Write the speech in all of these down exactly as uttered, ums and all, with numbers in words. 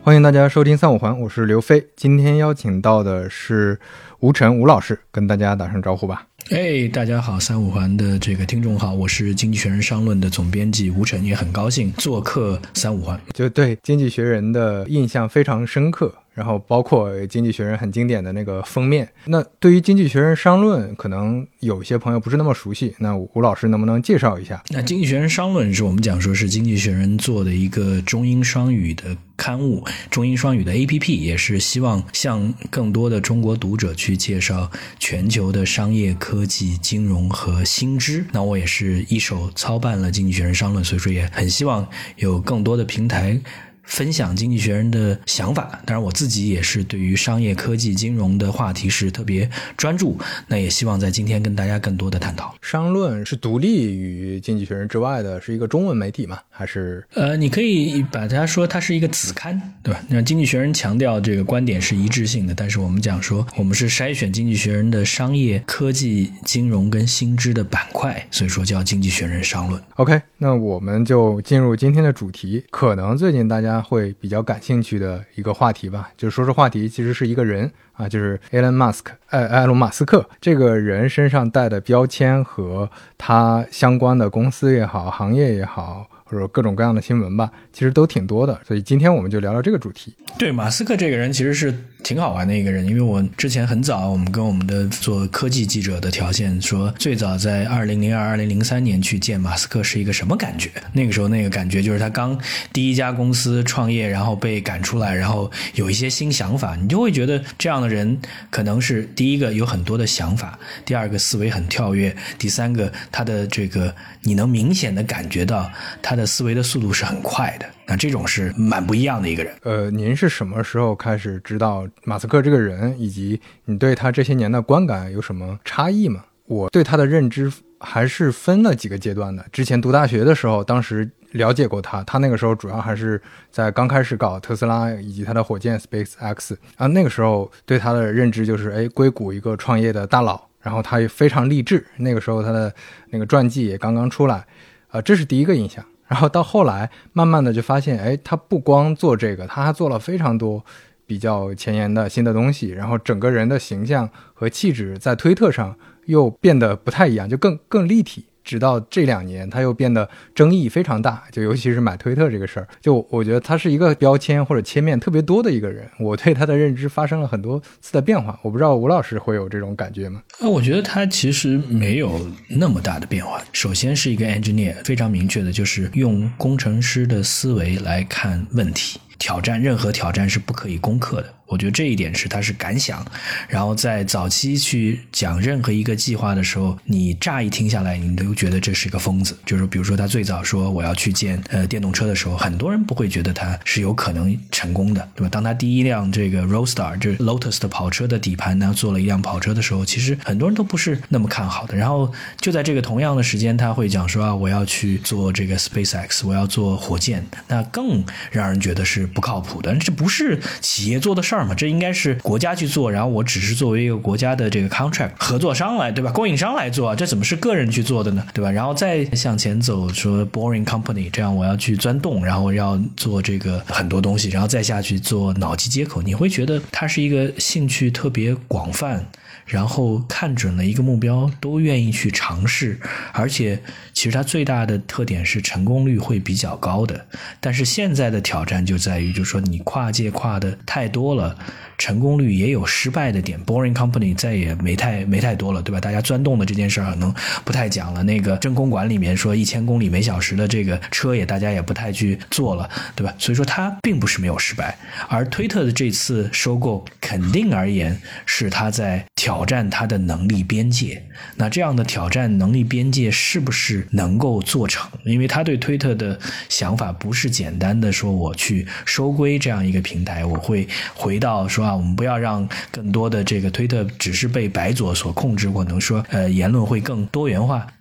欢迎大家收听三五环，我是刘飞。今天邀请到的是吴晨吴老师，跟大家打声招呼吧。 哎，大家好，三五环的这个听众好，我是经济学人商论的总编辑吴晨，也很高兴做客三五环。 就对经济学人的印象非常深刻，然后包括经济学人很经典的那个封面。那对于经济学人商论，可能有些朋友不是那么熟悉，那吴老师能不能介绍一下？ 那经济学人商论是我们讲说是经济学人做的一个中英双语的刊物，中英双语的 A P P， 也是希望向更多的中国读者去介绍全球的商业科技、金融和新知。那我也是一手操办了经济学人商论，所以说也很希望有更多的平台分享经济学人的想法。当然我自己也是对于商业科技金融的话题是特别专注，那也希望在今天跟大家更多的探讨。 商论是独立于经济学人之外的，是一个中文媒体吗？还是呃，你可以把它说它是一个子刊，对吧？那经济学人强调这个观点是一致性的，但是我们讲说我们是筛选经济学人的商业科技金融跟新知的板块，所以说叫经济学人商论。 OK， 那我们就进入今天的主题，可能最近大家会比较感兴趣的一个话题吧，就是说这话题其实是一个人啊，就是 Elon Musk 呃埃隆马斯克这个人身上带的标签和他相关的公司也好，行业也好，或者各种各样的新闻吧，其实都挺多的，所以今天我们就聊聊这个主题。 对，马斯克这个人其实是挺好玩的一个人，因为我之前很早我们跟我们的做科技记者的条线说，最早在二零零二、二零零三年去见马斯克是一个什么感觉。那个时候那个感觉就是他刚第一家公司创业，然后被赶出来，然后有一些新想法，你就会觉得这样的人可能是第一个有很多的想法，第二个思维很跳跃，第三个他的这个你能明显的感觉到他的思维的速度是很快的，那这种是蛮不一样的一个人。 呃，您是什么时候开始知道马斯克这个人，以及你对他这些年的观感有什么差异吗？我对他的认知还是分了几个阶段的。之前读大学的时候，当时了解过他，他那个时候主要还是在刚开始搞特斯拉以及他的火箭 SpaceX 啊，那个时候对他的认知就是哎，硅谷一个创业的大佬，然后他也非常励志，那个时候他的那个传记也刚刚出来，呃，这是第一个印象。然后到后来慢慢的就发现，哎，他不光做这个，他还做了非常多比较前沿的新的东西，然后整个人的形象和气质在推特上又变得不太一样，就更更立体。直到这两年他又变得争议非常大，就尤其是买推特这个事儿，就我觉得他是一个标签或者切面特别多的一个人，我对他的认知发生了很多次的变化。我不知道吴老师会有这种感觉吗？ 呃，我觉得他其实没有那么大的变化。首先是一个 engineer， 非常明确的就是用工程师的思维来看问题，挑战任何挑战是不可以攻克的。我觉得这一点是他是敢想，然后在早期去讲任何一个计划的时候，你乍一听下来你都觉得这是个疯子。就是比如说他最早说我要去建呃电动车的时候，很多人不会觉得他是有可能成功的，对吧？当他第一辆这个 Roadster 就是 Lotus 的跑车的底盘呢做了一辆跑车的时候，其实很多人都不是那么看好的。然后就在这个同样的时间，他会讲说啊，我要去做这个 SpaceX， 我要做火箭，那更让人觉得是不靠谱的，这不是企业做的事儿嘛，这应该是国家去做，然后我只是作为一个国家的这个 contract 合作商来，对吧？供应商来做，这怎么是个人去做的呢？对吧？然后再向前走，说 Boring Company， 这样我要去钻洞，然后要做这个很多东西，然后再下去做脑机接口，你会觉得他是一个兴趣特别广泛，然后看准了一个目标都愿意去尝试，而且其实它最大的特点是成功率会比较高的。但是现在的挑战就在于，就是说你跨界跨的太多了，成功率也有失败的点。 Boring Company 再也没太没太多了，对吧？大家钻洞的这件事可能不太讲了，那个真空管里面说一千公里每小时的这个车也大家也不太去做了，对吧？所以说它并不是没有失败。而推特的这次收购肯定而言是他在挑战他的能力边界，那这样的挑战能力边界是不是能够做成？因为他对推特的想法不是简单的说我去收归这样一个平台，我会回到说啊，我们不要让更多的这个推特只是被白左所控制，可能说呃言论会更多元化。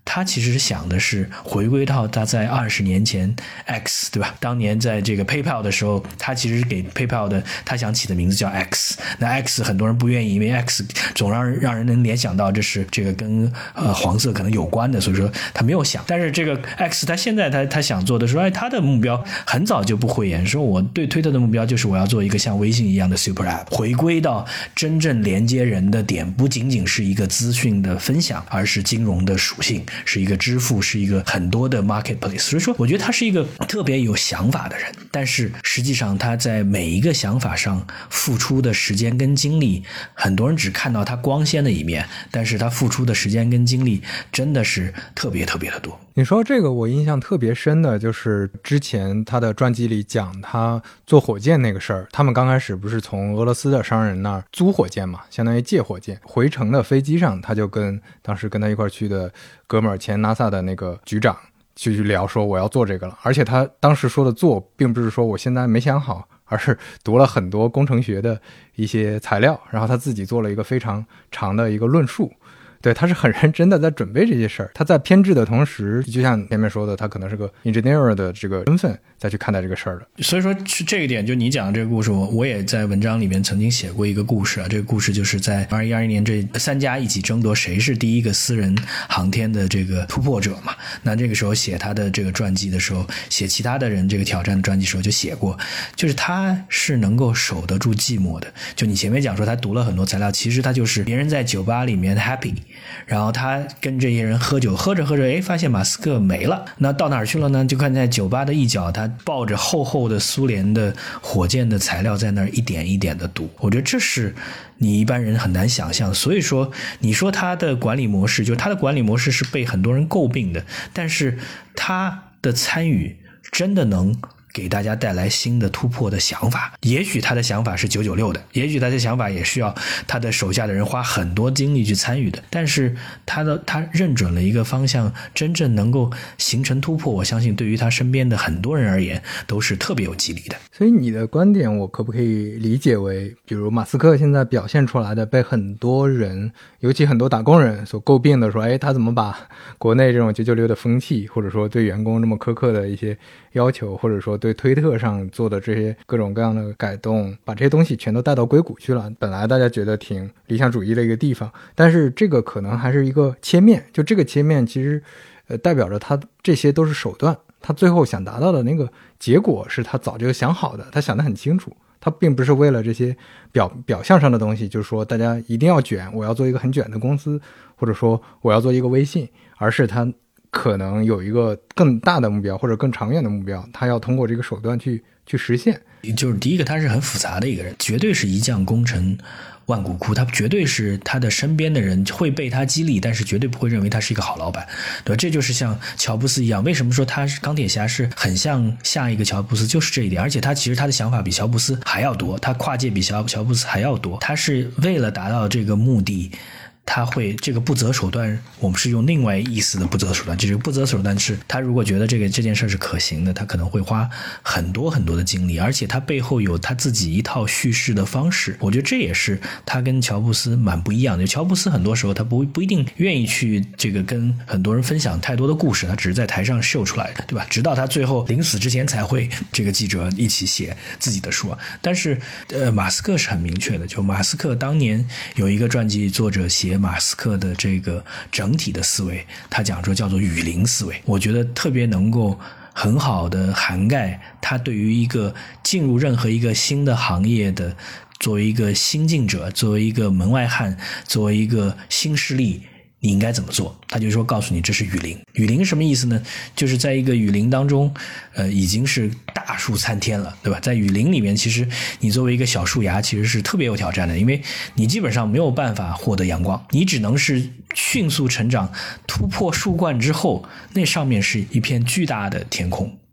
他其实想的是回归到他在二十年前 X 对吧？当年在这个 PayPal 的时候，他其实给 PayPal 的他想起的名字叫 X， 那 X 很多人不愿意，因为 X 总让人让人能联想到这是这个跟呃黄色可能有关的，所以说他没有想。但是这个 X 他现在他他想做的说，哎，他的目标很早就不讳言，说我对推特的目标就是我要做一个像微信一样的 Super App， 回归到真正连接人的点，不仅仅是一个资讯的分享，而是金融的属性，是一个支付，是一个很多的 marketplace。 所以说我觉得他是一个特别有想法的人，但是实际上他在每一个想法上付出的时间跟精力，很多人只看到他光鲜的一面，但是他付出的时间跟精力真的是特别特别的多。 你说这个我印象特别深的就是之前他的传记里讲他做火箭那个事儿，他们刚开始不是从俄罗斯的商人那儿租火箭嘛，相当于借火箭，回程的飞机上他就跟当时跟他一块去的哥们儿前 NASA 的那个局长去聊说我要做这个了，而且他当时说的做并不是说我现在没想好，而是读了很多工程学的一些材料，然后他自己做了一个非常长的一个论述。对，他是很认真的在准备这些事儿，他在偏执的同时，就像前面说的，他可能是个 engineer 的这个身份再去看待这个事儿的。 所以说这一点，就你讲的这个故事，我我也在文章里面曾经写过一个故事啊。这个故事就是在二零二一年这三家一起争夺谁是第一个私人航天的这个突破者嘛。那这个时候写他的这个传记的时候，写其他的人这个挑战的传记的时候就写过，就是他是能够守得住寂寞的。就你前面讲说他读了很多材料，其实他就是别人在酒吧里面 happy，然后他跟这些人喝酒，喝着喝着，哎，发现马斯克没了。那到哪儿去了呢？就看在酒吧的一角，他抱着厚厚的苏联的火箭的材料在那儿一点一点的读。我觉得这是你一般人很难想象。所以说，你说他的管理模式，就是他的管理模式是被很多人诟病的，但是他的参与真的能给大家带来新的突破的想法。也许他的想法是九九六的，也许他的想法也需要他的手下的人花很多精力去参与的，但是他的他认准了一个方向，真正能够形成突破，我相信对于他身边的很多人而言都是特别有激励的。 所以你的观点我可不可以理解为，比如马斯克现在表现出来的被很多人，尤其很多打工人所诟病的说，哎，他怎么把国内这种九九六的风气，或者说对员工这么苛刻的一些要求，或者说对推特上做的这些各种各样的改动，把这些东西全都带到硅谷去了。本来大家觉得挺理想主义的一个地方，但是这个可能还是一个切面，就这个切面其实呃代表着他这些都是手段，他最后想达到的那个结果是他早就想好的，他想得很清楚。他并不是为了这些表表象上的东西，就是说大家一定要卷，我要做一个很卷的公司，或者说我要做一个微信，而是他可能有一个更大的目标或者更长远的目标，他要通过这个手段去去实现。 就是第一个，他是很复杂的一个人，绝对是一将功成万骨枯，他绝对是他的身边的人会被他激励，但是绝对不会认为他是一个好老板，对吧？这就是像乔布斯一样，为什么说他钢铁侠是很像下一个乔布斯，就是这一点。而且他其实他的想法比乔布斯还要多，他跨界比乔乔布斯还要多，他是为了达到这个目的，他会这个不择手段，我们是用另外意思的不择手段，这个不择手段是他如果觉得这个这件事是可行的，他可能会花很多很多的精力，而且他背后有他自己一套叙事的方式。我觉得这也是他跟乔布斯蛮不一样的。乔布斯很多时候他不不一定愿意去这个跟很多人分享太多的故事，他只是在台上秀出来的，对吧？直到他最后临死之前才会这个记者一起写自己的书。但是呃，马斯克是很明确的，就马斯克当年有一个传记作者写马斯克的这个整体的思维，他讲说叫做雨林思维，我觉得特别能够很好的涵盖他对于一个进入任何一个新的行业的，作为一个新进者，作为一个门外汉，作为一个新势力，你应该怎么做。他就说告诉你这是雨林。雨林什么意思呢？就是在一个雨林当中呃，已经是大树参天了，对吧？在雨林里面，其实你作为一个小树芽其实是特别有挑战的，因为你基本上没有办法获得阳光，你只能是迅速成长，突破树冠之后，那上面是一片巨大的天空，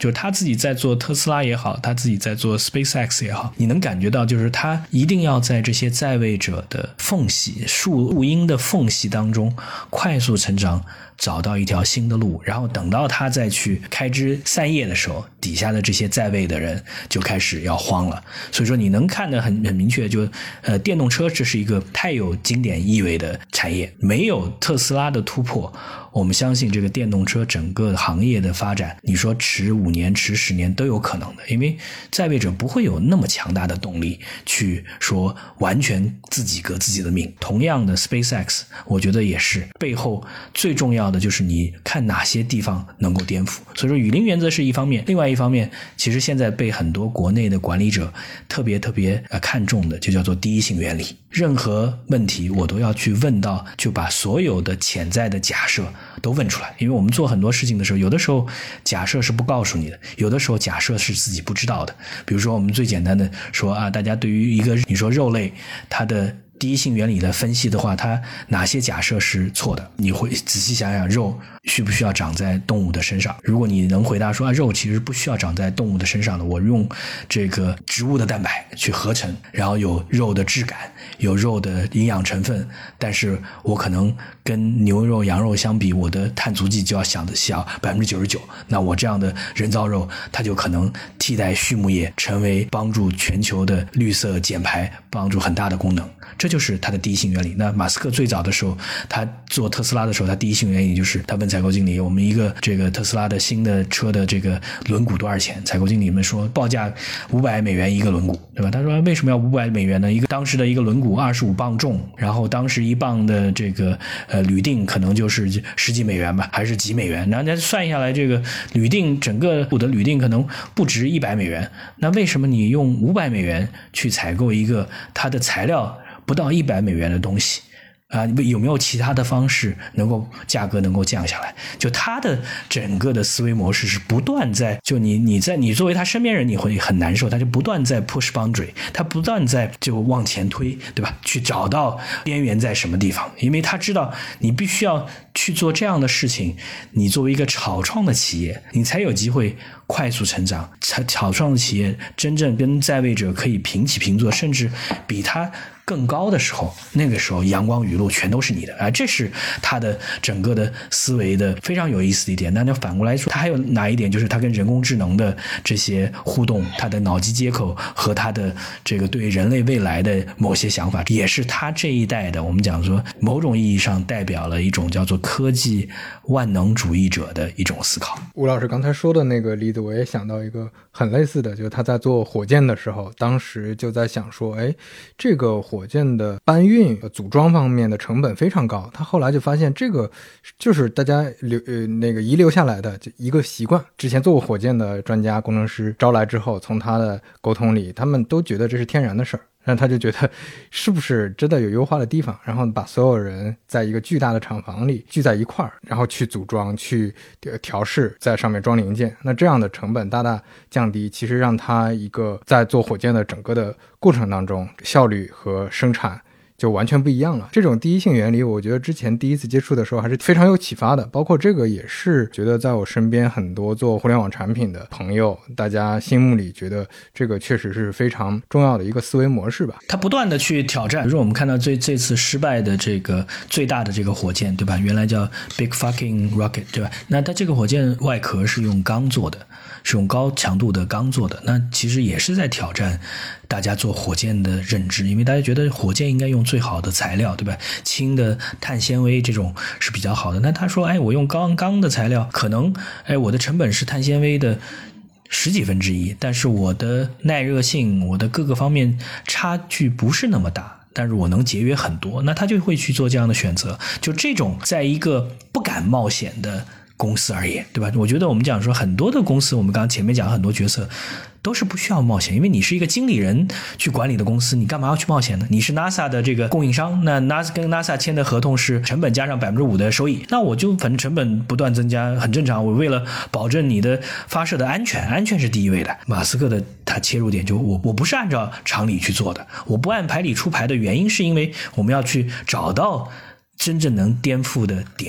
就是他自己在做特斯拉也好，他自己在做 SpaceX 也好，你能感觉到就是他一定要在这些在位者的缝隙、树录音的缝隙当中快速成长，找到一条新的路，然后等到他再去开枝散叶的时候，底下的这些在位的人就开始要慌了。所以说你能看得很很明确，就呃电动车这是一个太有经典意味的产业，没有特斯拉的突破，我们相信这个电动车整个行业的发展，你说迟五年迟十年都有可能的，因为在位者不会有那么强大的动力去说完全自己革自己的命。同样的 SpaceX 我觉得也是，背后最重要的就是你看哪些地方能够颠覆。所以说雨林原则是一方面，另外一方面其实现在被很多国内的管理者特别特别呃看重的就叫做第一性原理，任何问题我都要去问到，就把所有的潜在的假设都问出来。因为我们做很多事情的时候，有的时候假设是不告诉你的，有的时候假设是自己不知道的。比如说我们最简单的说啊，大家对于一个你说肉类它的第一性原理的分析的话，它哪些假设是错的？你会仔细想想，肉需不需要长在动物的身上？如果你能回答说啊，肉其实不需要长在动物的身上的，我用这个植物的蛋白去合成，然后有肉的质感，有肉的营养成分，但是我可能跟牛肉、羊肉相比，我的碳足迹就要想的小 百分之九十九， 那我这样的人造肉，它就可能替代畜牧业，成为帮助全球的绿色减排，帮助很大的功能。这就是它的第一性原理。那马斯克最早的时候，他做特斯拉的时候，他第一性原理就是他问采购经理，我们一个这个特斯拉的新的车的这个轮毂多少钱？采购经理们说报价五百美元一个轮毂，对吧？他说为什么要五百美元呢？一个当时的一个轮毂二十五磅重，然后当时一磅的这个呃铝锭可能就是十几美元吧，还是几美元？然后算下来，这个铝锭整个的铝锭可能不值一百美元。那为什么你用五百美元去采购一个它的材料不到一百美元的东西啊？有没有其他的方式能够价格能够降下来？就他的整个的思维模式是不断在，就你你在你作为他身边人你会很难受，他就不断在 push boundary， 他不断在就往前推，对吧？去找到边缘在什么地方，因为他知道你必须要去做这样的事情，你作为一个草创的企业，你才有机会快速成长。草创的企业真正跟在位者可以平起平坐，甚至比他更高的时候，那个时候阳光雨露全都是你的啊！这是他的整个的思维的非常有意思的一点。那就反过来说，他还有哪一点？就是他跟人工智能的这些互动，他的脑机接口和他的这个对人类未来的某些想法，也是他这一代的，我们讲说某种意义上代表了一种叫做科技万能主义者的一种思考。 吴老师刚才说的那个例子，我也想到一个很类似的，就是他在做火箭的时候，当时就在想说，哎，这个火箭的搬运、组装方面的成本非常高。他后来就发现，这个就是大家留呃那个遗留下来的一个习惯。之前做过火箭的专家、工程师招来之后，从他的沟通里，他们都觉得这是天然的事儿。然后他就觉得是不是真的有优化的地方，然后把所有人在一个巨大的厂房里聚在一块儿，然后去组装、去调试，在上面装零件。那这样的成本大大降低，其实让他一个在做火箭的整个的过程当中，效率和生产就完全不一样了。这种第一性原理，我觉得之前第一次接触的时候还是非常有启发的。包括这个也是觉得在我身边很多做互联网产品的朋友，大家心目里觉得这个确实是非常重要的一个思维模式吧。 他不断的去挑战，比如说我们看到这这次失败的这个最大的这个火箭，对吧？原来叫 Big Fucking Rocket， 对吧？那它这个火箭外壳是用钢做的，是用高强度的钢做的，那其实也是在挑战大家做火箭的认知，因为大家觉得火箭应该用最好的材料，对吧？轻的碳纤维这种是比较好的。那他说，哎，我用钢钢的材料，可能，哎，我的成本是碳纤维的十几分之一，但是我的耐热性，我的各个方面差距不是那么大。但是我能节约很多，那他就会去做这样的选择。就这种在一个不敢冒险的公司而言，对吧？我觉得我们讲说很多的公司，我们刚刚前面讲很多角色都是不需要冒险，因为你是一个经理人去管理的公司，你干嘛要去冒险呢？你是 NASA 的这个供应商，那 NASA 跟 NASA 签的合同是成本加上 百分之五 的收益，那我就反正成本不断增加很正常，我为了保证你的发射的安全，安全是第一位的。马斯克的他切入点就我我不是按照常理去做的，我不按牌理出牌的原因是因为我们要去找到真正能颠覆的点。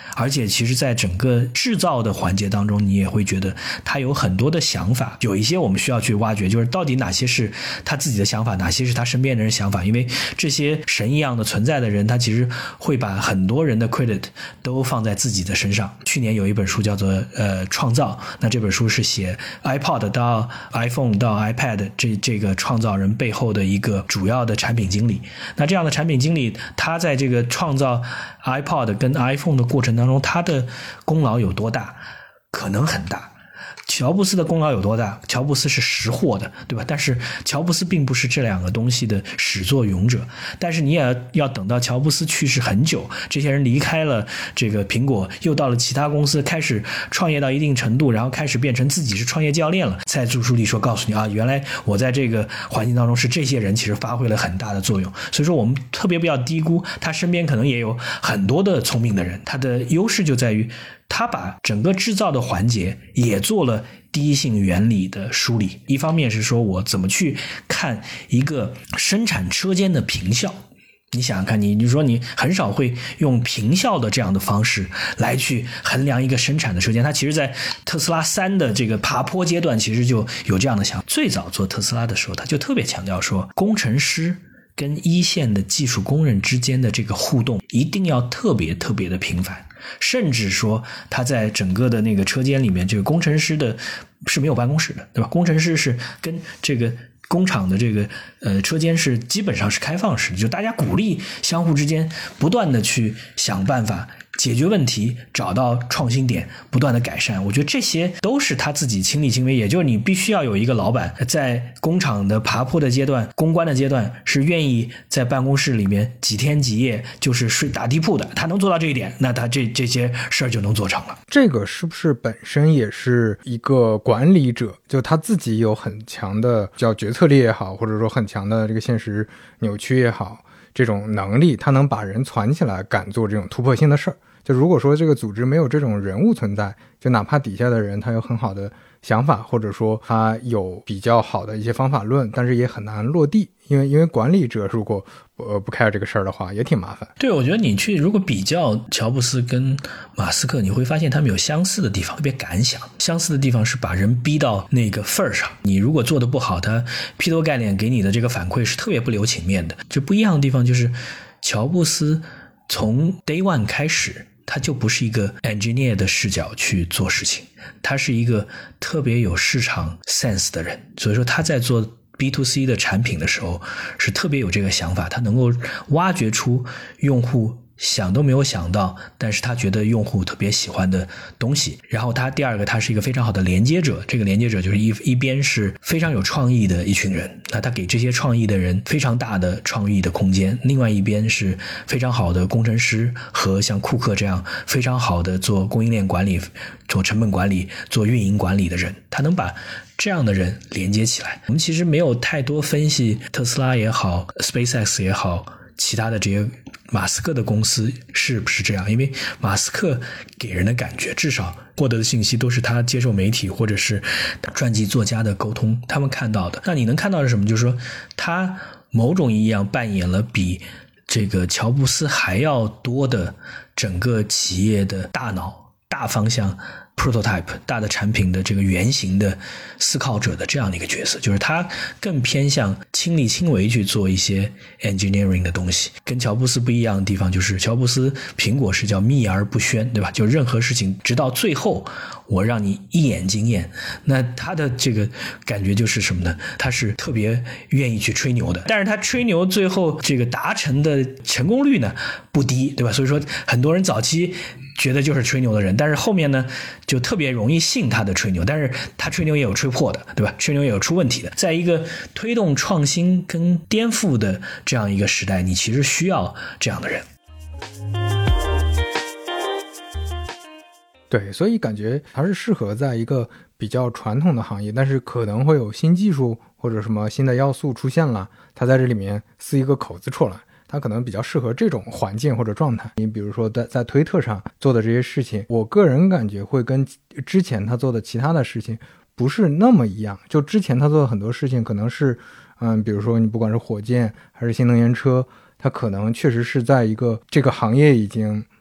而且其实在整个制造的环节当中，你也会觉得他有很多的想法，有一些我们需要去挖掘，就是到底哪些是他自己的想法，哪些是他身边的人想法，因为这些神一样的存在的人，他其实会把很多人的 credit 都放在自己的身上。去年有一本书叫做呃创造，那这本书是写 iPod 到 iPhone 到 iPad 这这个创造人背后的一个主要的产品经理。那这样的产品经理，他在这个创造 iPod 跟 iPhone 的过程当中，他的功劳有多大？可能很大。乔布斯的功劳有多大？乔布斯是识货的，对吧？但是乔布斯并不是这两个东西的始作俑者。但是你也要等到乔布斯去世很久，这些人离开了这个苹果，又到了其他公司，开始创业到一定程度，然后开始变成自己是创业教练了，才著书立说告诉你啊，原来我在这个环境当中是这些人其实发挥了很大的作用。所以说我们特别不要低估他身边可能也有很多的聪明的人，他的优势就在于他把整个制造的环节也做了第一性原理的梳理。一方面是说我怎么去看一个生产车间的平效，你想想看，你你说你很少会用平效的这样的方式来去衡量一个生产的车间。它其实在特斯拉三的这个爬坡阶段其实就有这样的想法。最早做特斯拉的时候，他就特别强调说，工程师跟一线的技术工人之间的这个互动一定要特别特别的频繁，甚至说他在整个的那个车间里面，这个工程师的是没有办公室的，对吧？工程师是跟这个工厂的这个呃车间是基本上是开放式的，就大家鼓励相互之间不断的去想办法解决问题，找到创新点，不断的改善。我觉得这些都是他自己亲力亲为，也就是你必须要有一个老板在工厂的爬坡的阶段，攻关的阶段是愿意在办公室里面几天几夜就是睡打地铺的，他能做到这一点，那他这这些事儿就能做成了。 这个是不是本身也是一个管理者，就他自己有很强的叫决策力也好，或者说很强的这个现实扭曲也好，这种能力，他能把人攒起来，敢做这种突破性的事儿。就如果说这个组织没有这种人物存在，就哪怕底下的人他有很好的想法，或者说他有比较好的一些方法论，但是也很难落地，因为因为管理者如果呃不 care 这个事儿的话，也挺麻烦。 对，我觉得你去如果比较乔布斯跟马斯克，你会发现他们有相似的地方，特别敢想。相似的地方是把人逼到那个份儿上，你如果做得不好，他劈头盖脸给你的这个反馈是特别不留情面的。就不一样的地方就是乔布斯从 day one 开始，他就不是一个 engineer 的视角去做事情，他是一个特别有市场 sense 的人。所以说他在做 B to C 的产品的时候是特别有这个想法，他能够挖掘出用户想都没有想到，但是他觉得用户特别喜欢的东西。然后他第二个，他是一个非常好的连接者，这个连接者就是一一边是非常有创意的一群人，那他给这些创意的人非常大的创意的空间，另外一边是非常好的工程师和像库克这样非常好的做供应链管理、做成本管理、做运营管理的人，他能把这样的人连接起来。我们其实没有太多分析特斯拉也好 SpaceX 也好其他的这些马斯克的公司是不是这样，因为马斯克给人的感觉，至少获得的信息都是他接受媒体或者是传记作家的沟通他们看到的。那你能看到的是什么？就是说他某种意义上扮演了比这个乔布斯还要多的整个企业的大脑、大方向prototype 大的产品的这个原型的思考者的这样的一个角色，就是他更偏向亲力亲为去做一些 engineering 的东西。跟乔布斯不一样的地方就是乔布斯苹果是叫秘而不宣，对吧？就任何事情直到最后我让你一眼惊艳。那他的这个感觉就是什么呢？他是特别愿意去吹牛的，但是他吹牛最后这个达成的成功率呢不低，对吧？所以说很多人早期觉得就是吹牛的人，但是后面呢就特别容易信他的吹牛，但是他吹牛也有吹破的，对吧？吹牛也有出问题的。在一个推动创新跟颠覆的这样一个时代，你其实需要这样的人。 对，所以感觉还是适合在一个比较传统的行业，但是可能会有新技术或者什么新的要素出现了，他在这里面撕一个口子出来，他可能比较适合这种环境或者状态。你比如说在在推特上做的这些事情，我个人感觉会跟之前他做的其他的事情不是那么一样。就之前他做的很多事情可能是嗯，比如说你不管是火箭还是新能源车，他可能确实是在一个这个行业已经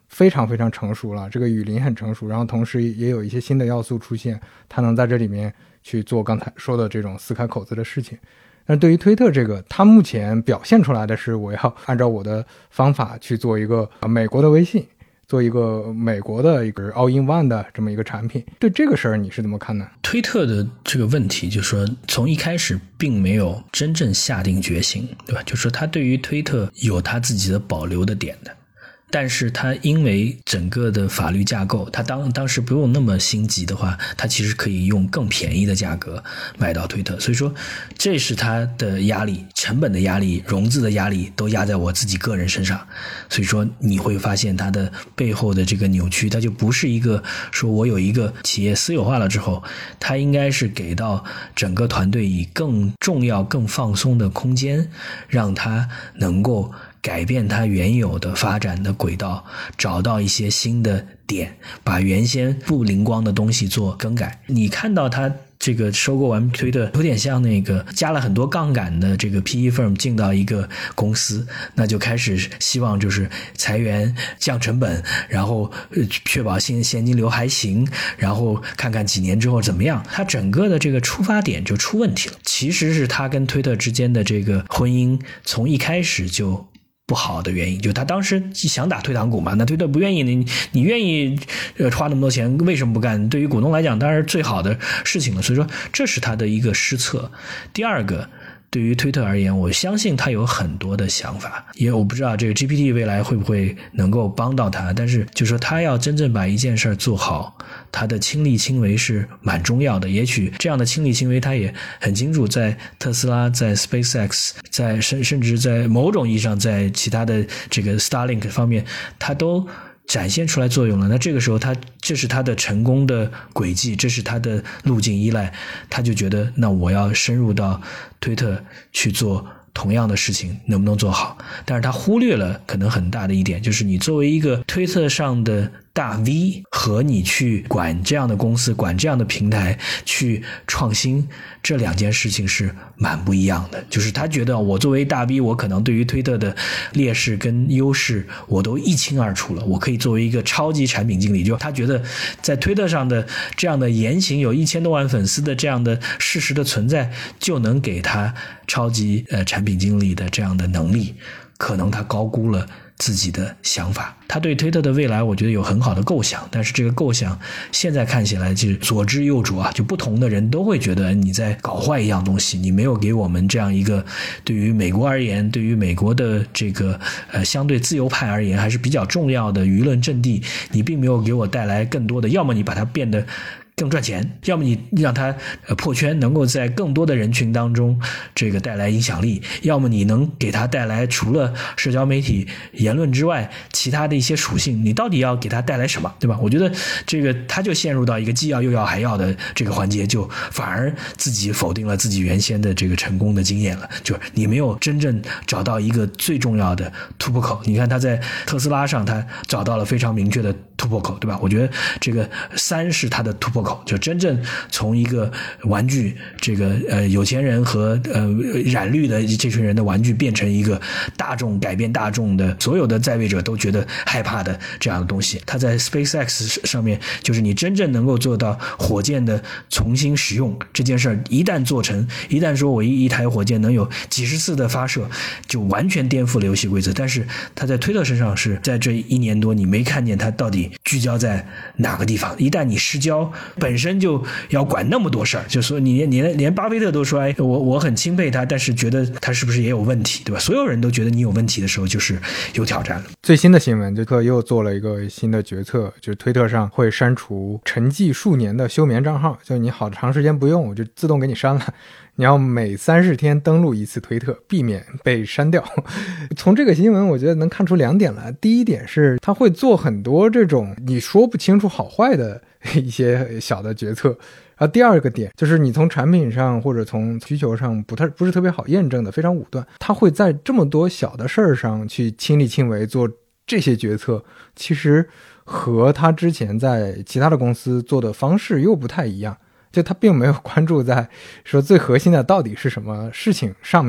非常非常成熟了，这个语林很成熟，然后同时也有一些新的要素出现，它能在这里面去做刚才说的这种撕开口子的事情。但对于推特这个，它目前表现出来的是我要按照我的方法去做一个美国的微信，做一个美国的一个 all in one 的这么一个产品。对这个事儿你是怎么看呢？ 推特的这个问题就是说从一开始并没有真正下定决心，对吧？就是说他对于推特有他自己的保留的点的，但是他因为整个的法律架构，他当当时不用那么心急的话，他其实可以用更便宜的价格买到推特，所以说这是他的压力，成本的压力，融资的压力都压在我自己个人身上，所以说你会发现他的背后的这个扭曲，他就不是一个说我有一个企业私有化了之后，他应该是给到整个团队以更重要更放松的空间，让他能够改变它原有的发展的轨道，找到一些新的点，把原先不灵光的东西做更改。你看到它这个收购完推特，有点像那个加了很多杠杆的这个 P E firm 进到一个公司，那就开始希望就是裁员降成本，然后确保现现金流还行，然后看看几年之后怎么样。它整个的这个出发点就出问题了。其实是它跟推特之间的这个婚姻从一开始就不好的原因，就他当时想打退堂鼓嘛，那推特不愿意，你你愿意呃花那么多钱，为什么不干？对于股东来讲当然是最好的事情了，所以说这是他的一个失策。第二个，对于推特而言，我相信他有很多的想法，也我不知道这个 G P T 未来会不会能够帮到他，但是就是说他要真正把一件事做好，他的亲力亲为是蛮重要的。也许这样的亲力亲为他也很清楚，在特斯拉，在 SpaceX， 在甚甚至在某种意义上在其他的这个 Starlink 方面他都展现出来作用了。那这个时候他这是他的成功的轨迹，这是他的路径依赖，他就觉得那我要深入到推特去做同样的事情，能不能做好？但是他忽略了可能很大的一点，就是你作为一个推特上的大 V 和你去管这样的公司，管这样的平台去创新，这两件事情是蛮不一样的。就是他觉得我作为大 V， 我可能对于推特的劣势跟优势我都一清二楚了，我可以作为一个超级产品经理，就他觉得在推特上的这样的言行，有一千多万粉丝的这样的事实的存在，就能给他超级呃产品经理的这样的能力，可能他高估了自己的想法。他对推特的未来我觉得有很好的构想，但是这个构想现在看起来就是左支右绌啊，就不同的人都会觉得你在搞坏一样东西，你没有给我们这样一个对于美国而言，对于美国的这个呃相对自由派而言还是比较重要的舆论阵地，你并没有给我带来更多的，要么你把它变得更赚钱，要么你让它呃破圈，能够在更多的人群当中这个带来影响力，要么你能给它带来除了社交媒体言论之外其他的一些属性，你到底要给它带来什么，对吧？我觉得这个他就陷入到一个既要又要还要的这个环节，就反而自己否定了自己原先的这个成功的经验了，就是你没有真正找到一个最重要的突破口。你看他在特斯拉上他找到了非常明确的突破口，对吧？我觉得这个三是他的突破口，就真正从一个玩具这个呃有钱人和呃染绿的这群人的玩具变成一个大众改变大众的所有的在位者都觉得害怕的这样的东西。他在 SpaceX 上面就是你真正能够做到火箭的重新使用这件事儿，一旦做成，一旦说我一一台火箭能有几十次的发射，就完全颠覆了游戏规则。但是他在推特身上是在这一年多你没看见他到底聚焦在哪个地方，一旦你失焦本身就要管那么多事儿，就说你你连巴菲特都说，哎，我我很钦佩他，但是觉得他是不是也有问题，对吧？所有人都觉得你有问题的时候，就是有挑战了。 最新的新闻，这个又做了一个新的决策，就是推特上会删除沉寂数年的休眠账号，就你好长时间不用，我就自动给你删了。你要每三十天登录一次推特，避免被删掉。从这个新闻我觉得能看出两点来，第一点是他会做很多这种你说不清楚好坏的一些小的决策，然后第二个点就是你从产品上或者从需求上不太不是特别好验证的，非常武断，他会在这么多小的事儿上去亲力亲为做这些决策，其实和他之前在其他的公司做的方式又不太一样，就他并没有关注在说最核心的到底是什么事情上面，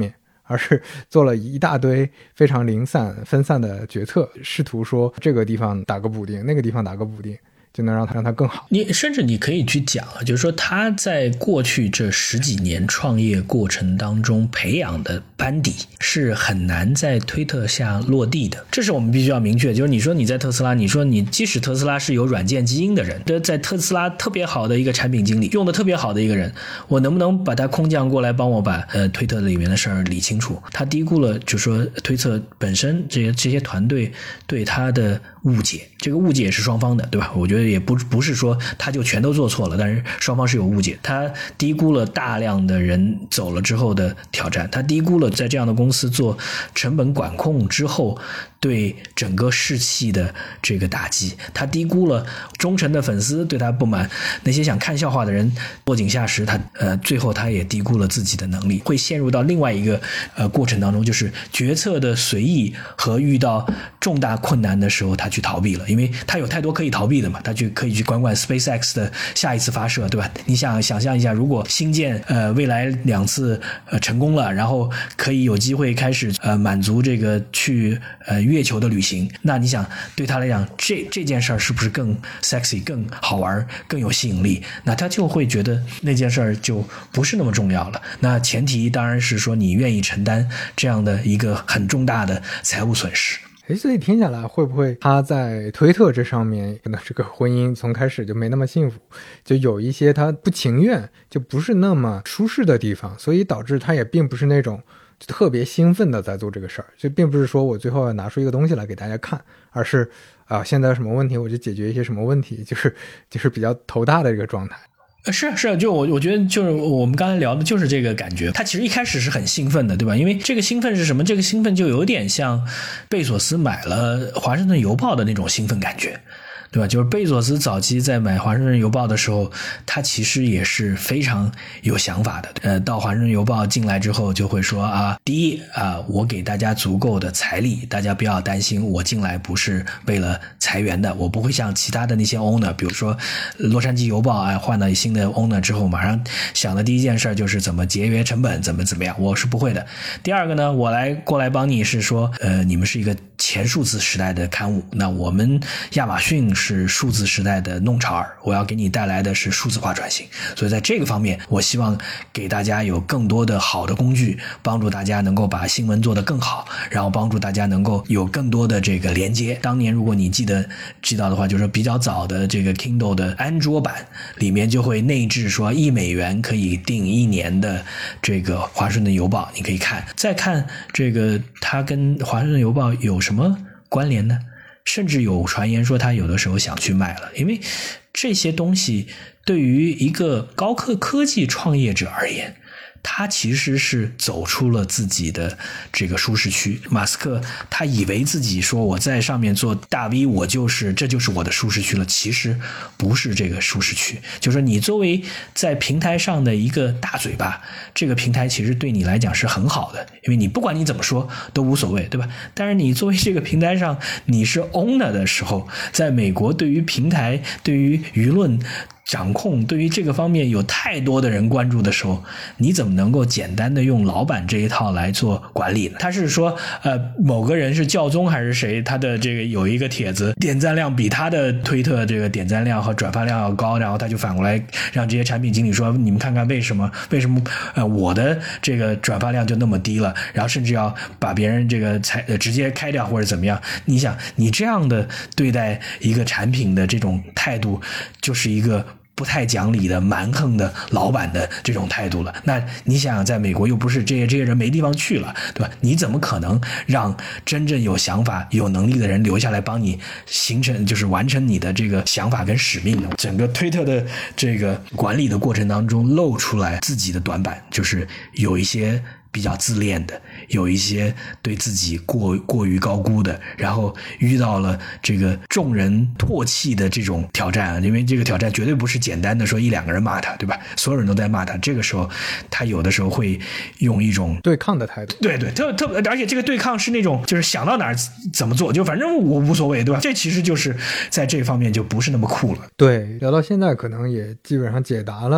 而是做了一大堆非常零散分散的决策，试图说这个地方打个补丁，那个地方打个补丁，就能让它让它更好。 你甚至你可以去讲啊，就是说他在过去这十几年创业过程当中培养的班底是很难在推特下落地的，这是我们必须要明确。就是你说你在特斯拉，你说你即使特斯拉是有软件基因的人，在特斯拉特别好的一个产品经理，用的特别好的一个人，我能不能把他空降过来帮我把呃推特里面的事儿理清楚？他低估了就是说推特本身这些这些团队对他的误解，这个误解是双方的，对吧？我觉得也不不是说他就全都做错了，但是双方是有误解。他低估了大量的人走了之后的挑战，他低估了在这样的公司做成本管控之后对整个士气的这个打击，他低估了忠诚的粉丝对他不满，那些想看笑话的人落井下石，他呃最后他也低估了自己的能力，会陷入到另外一个呃过程当中，就是决策的随意和遇到重大困难的时候他去逃避了，因为他有太多可以逃避的嘛，他去可以去管管 SpaceX 的下一次发射，对吧？你想想象一下，如果星舰呃未来两次呃成功了，然后可以有机会开始呃满足这个去呃月球的旅行，那你想对他来讲这这件事儿是不是更 sexy 更好玩更有吸引力？那他就会觉得那件事儿就不是那么重要了。那前提当然是说你愿意承担这样的一个很重大的财务损失。 诶，所以听下来会不会他在推特这上面可能这个婚姻从开始就没那么幸福，就有一些他不情愿就不是那么舒适的地方，所以导致他也并不是那种特别兴奋的在做这个事儿，就并不是说我最后要拿出一个东西来给大家看，而是啊、呃，现在有什么问题我就解决一些什么问题，就是就是比较头大的这个状态。 是是，就我我觉得就是我们刚才聊的就是这个感觉，他其实一开始是很兴奋的，对吧？因为这个兴奋是什么？这个兴奋就有点像贝索斯买了华盛顿邮报的那种兴奋感觉，对吧？就是贝佐斯早期在买华盛顿邮报的时候，他其实也是非常有想法的。呃，到华盛顿邮报进来之后就会说啊，第一啊，我给大家足够的财力，大家不要担心，我进来不是为了裁员的，我不会像其他的那些 owner， 比如说洛杉矶邮报啊，换到新的 owner 之后，马上想的第一件事就是怎么节约成本，怎么怎么样，我是不会的。第二个呢，我来过来帮你是说，呃，你们是一个前数字时代的刊物，那我们亚马逊是数字时代的弄潮儿，我要给你带来的是数字化转型。所以在这个方面，我希望给大家有更多的好的工具，帮助大家能够把新闻做得更好，然后帮助大家能够有更多的这个连接。当年如果你记得知道的话，就是比较早的这个 Kindle 的安卓版里面就会内置说一美元可以订一年的这个华盛顿邮报，你可以看。再看这个它跟华盛顿邮报有什么关联呢？甚至有传言说他有的时候想去卖了，因为这些东西对于一个高科科技创业者而言，他其实是走出了自己的这个舒适区。马斯克他以为自己说我在上面做大 V， 我就是这就是我的舒适区了，其实不是这个舒适区。就是说你作为在平台上的一个大嘴巴，这个平台其实对你来讲是很好的，因为你不管你怎么说都无所谓，对吧？但是你作为这个平台上你是 owner 的时候，在美国对于平台对于舆论掌控，对于这个方面有太多的人关注的时候，你怎么能够简单的用老板这一套来做管理呢？他是说呃，某个人是教宗还是谁，他的这个有一个帖子点赞量比他的推特这个点赞量和转发量要高，然后他就反过来让这些产品经理说，你们看看为什么为什么呃我的这个转发量就那么低了，然后甚至要把别人这个才呃直接开掉或者怎么样。你想你这样的对待一个产品的这种态度，就是一个不太讲理的蛮横的老板的这种态度了。那你想想在美国又不是这些这些人没地方去了，对吧？你怎么可能让真正有想法有能力的人留下来帮你形成就是完成你的这个想法跟使命呢？整个推特的这个管理的过程当中露出来自己的短板，就是有一些比较自恋的，有一些对自己过过于高估的，然后遇到了这个众人唾弃的这种挑战啊，因为这个挑战绝对不是简单的说一两个人骂他，对吧？所有人都在骂他，这个时候他有的时候会用一种对抗的态度， 对对，特特而且这个对抗是那种就是想到哪儿怎么做，就反正我无所谓，对吧？这其实就是在这方面就不是那么酷了。 对，聊到现在可能也基本上解答了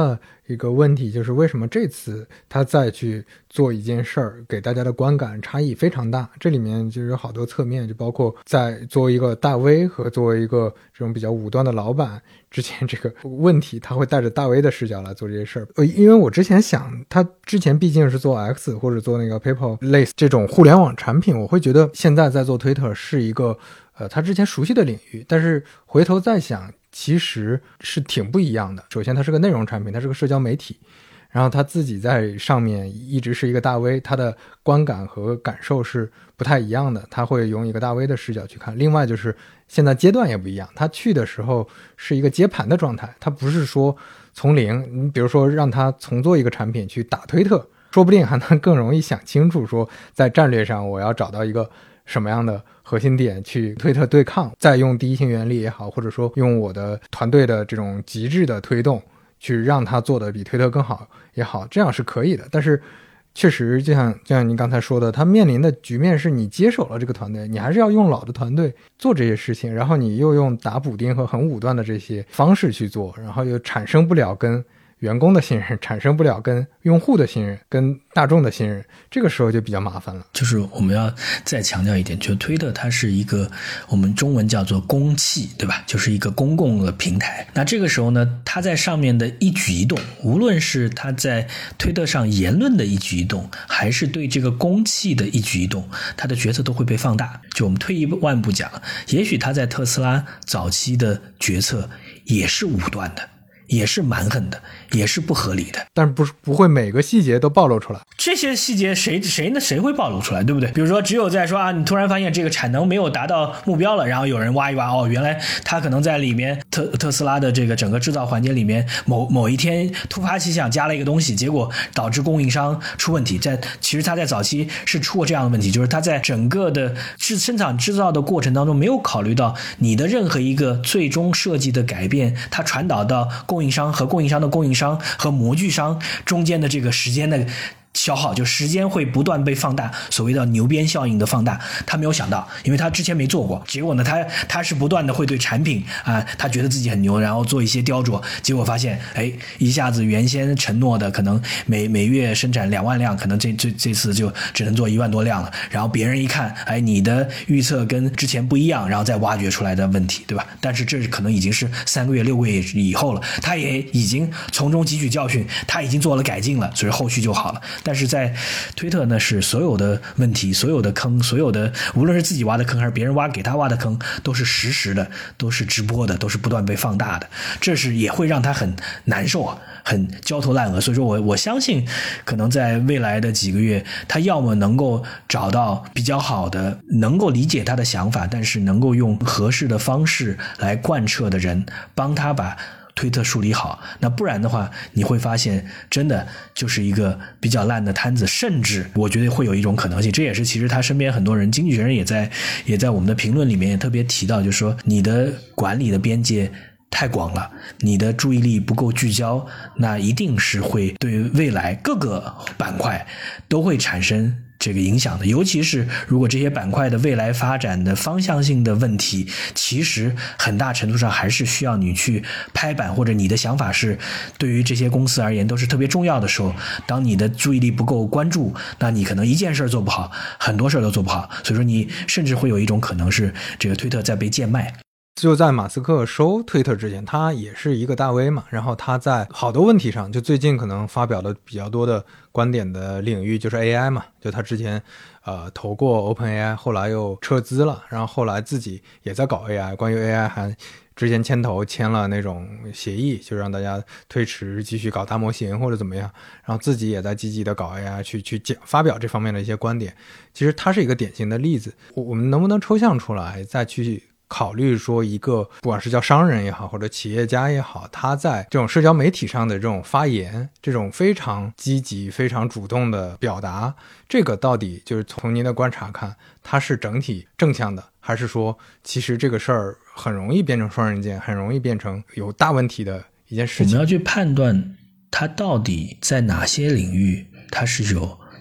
一个问题，就是为什么这次他再去做一件事儿，给大家的观感差异非常大。这里面就有好多侧面，就包括在作为一个大 V 和作为一个这种比较武断的老板之前这个问题，他会带着大 V 的视角来做这些事儿。呃，因为我之前想，他之前毕竟是做 X 或者做那个 PayPal 类似这种互联网产品，我会觉得现在在做 Twitter 是一个呃他之前熟悉的领域，但是回头再想，其实是挺不一样的。首先它是个内容产品，它是个社交媒体，然后他自己在上面一直是一个大 V， 他的观感和感受是不太一样的，他会用一个大 V 的视角去看。另外就是现在阶段也不一样，他去的时候是一个接盘的状态，他不是说从零，你比如说让他重做一个产品去打推特，说不定还能更容易想清楚说在战略上我要找到一个什么样的核心点去推特对抗，再用第一性原理也好，或者说用我的团队的这种极致的推动去让它做的比推特更好也好，这样是可以的。但是确实就像就像您刚才说的，他面临的局面是你接手了这个团队，你还是要用老的团队做这些事情，然后你又用打补丁和很武断的这些方式去做，然后又产生不了跟员工的信任，产生不了跟用户的信任，跟大众的信任，这个时候就比较麻烦了。 就是我们要再强调一点，就是推特它是一个我们中文叫做公器，对吧？就是一个公共的平台。那这个时候呢，它在上面的一举一动，无论是它在推特上言论的一举一动，还是对这个公器的一举一动，它的决策都会被放大。就我们退一万步讲，也许他在特斯拉早期的决策也是武断的，也是蛮横的，也是不合理的， 但是不是不会每个细节都暴露出来。 这些细节谁谁呢？谁会暴露出来，对不对？比如说，只有在说啊，你突然发现这个产能没有达到目标了，然后有人挖一挖，哦，原来他可能在里面特特斯拉的这个整个制造环节里面，某某一天突发奇想加了一个东西，结果导致供应商出问题。在其实他在早期是出过这样的问题，就是他在整个的制生产制造的过程当中，没有考虑到你的任何一个最终设计的改变，它传导到供应商和供应商的供应商和模具商中间的这个时间的消耗，就时间会不断被放大，所谓的牛鞭效应的放大，他没有想到，因为他之前没做过，结果呢，他他是不断的会对产品啊、呃，他觉得自己很牛，然后做一些雕琢，结果发现，哎，一下子原先承诺的可能每每月生产两万辆，可能这这这次就只能做一万多辆了，然后别人一看，哎，你的预测跟之前不一样，然后再挖掘出来的问题，对吧？但是这可能已经是三个月、六个月以后了，他也已经从中汲取教训，他已经做了改进了，所以后续就好了。但是在推特呢，是所有的问题，所有的坑，所有的无论是自己挖的坑还是别人挖给他挖的坑，都是实时的，都是直播的，都是不断被放大的，这是也会让他很难受啊，很焦头烂额。所以说我我相信可能在未来的几个月，他要么能够找到比较好的能够理解他的想法，但是能够用合适的方式来贯彻的人，帮他把推特梳理好，那不然的话你会发现真的就是一个比较烂的摊子，甚至我觉得会有一种可能性，这也是其实他身边很多人经济学人也在也在我们的评论里面也特别提到，就是说你的管理的边界太广了，你的注意力不够聚焦，那一定是会对未来各个板块都会产生这个影响的，尤其是如果这些板块的未来发展的方向性的问题，其实很大程度上还是需要你去拍板，或者你的想法是对于这些公司而言都是特别重要的时候，当你的注意力不够关注，那你可能一件事做不好，很多事都做不好，所以说你甚至会有一种可能是这个推特在被贱卖。 就在马斯克收推特之前，他也是一个大 V 嘛，然后他在好多问题上，就最近可能发表的比较多的观点的领域就是 A I 嘛，就他之前呃投过 OpenAI， 后来又撤资了，然后后来自己也在搞 A I， 关于 A I 还之前牵头签了那种协议，就让大家推迟继续搞大模型或者怎么样，然后自己也在积极的搞 A I 去去讲发表这方面的一些观点。其实他是一个典型的例子，我们能不能抽象出来再去考虑说一个不管是叫商人也好或者企业家也好，他在这种社交媒体上的这种发言，这种非常积极非常主动的表达，这个到底就是从您的观察看，它是整体正向的，还是说其实这个事儿很容易变成双刃剑，很容易变成有大问题的一件事情？ 我们要去判断它到底在哪些领域它是有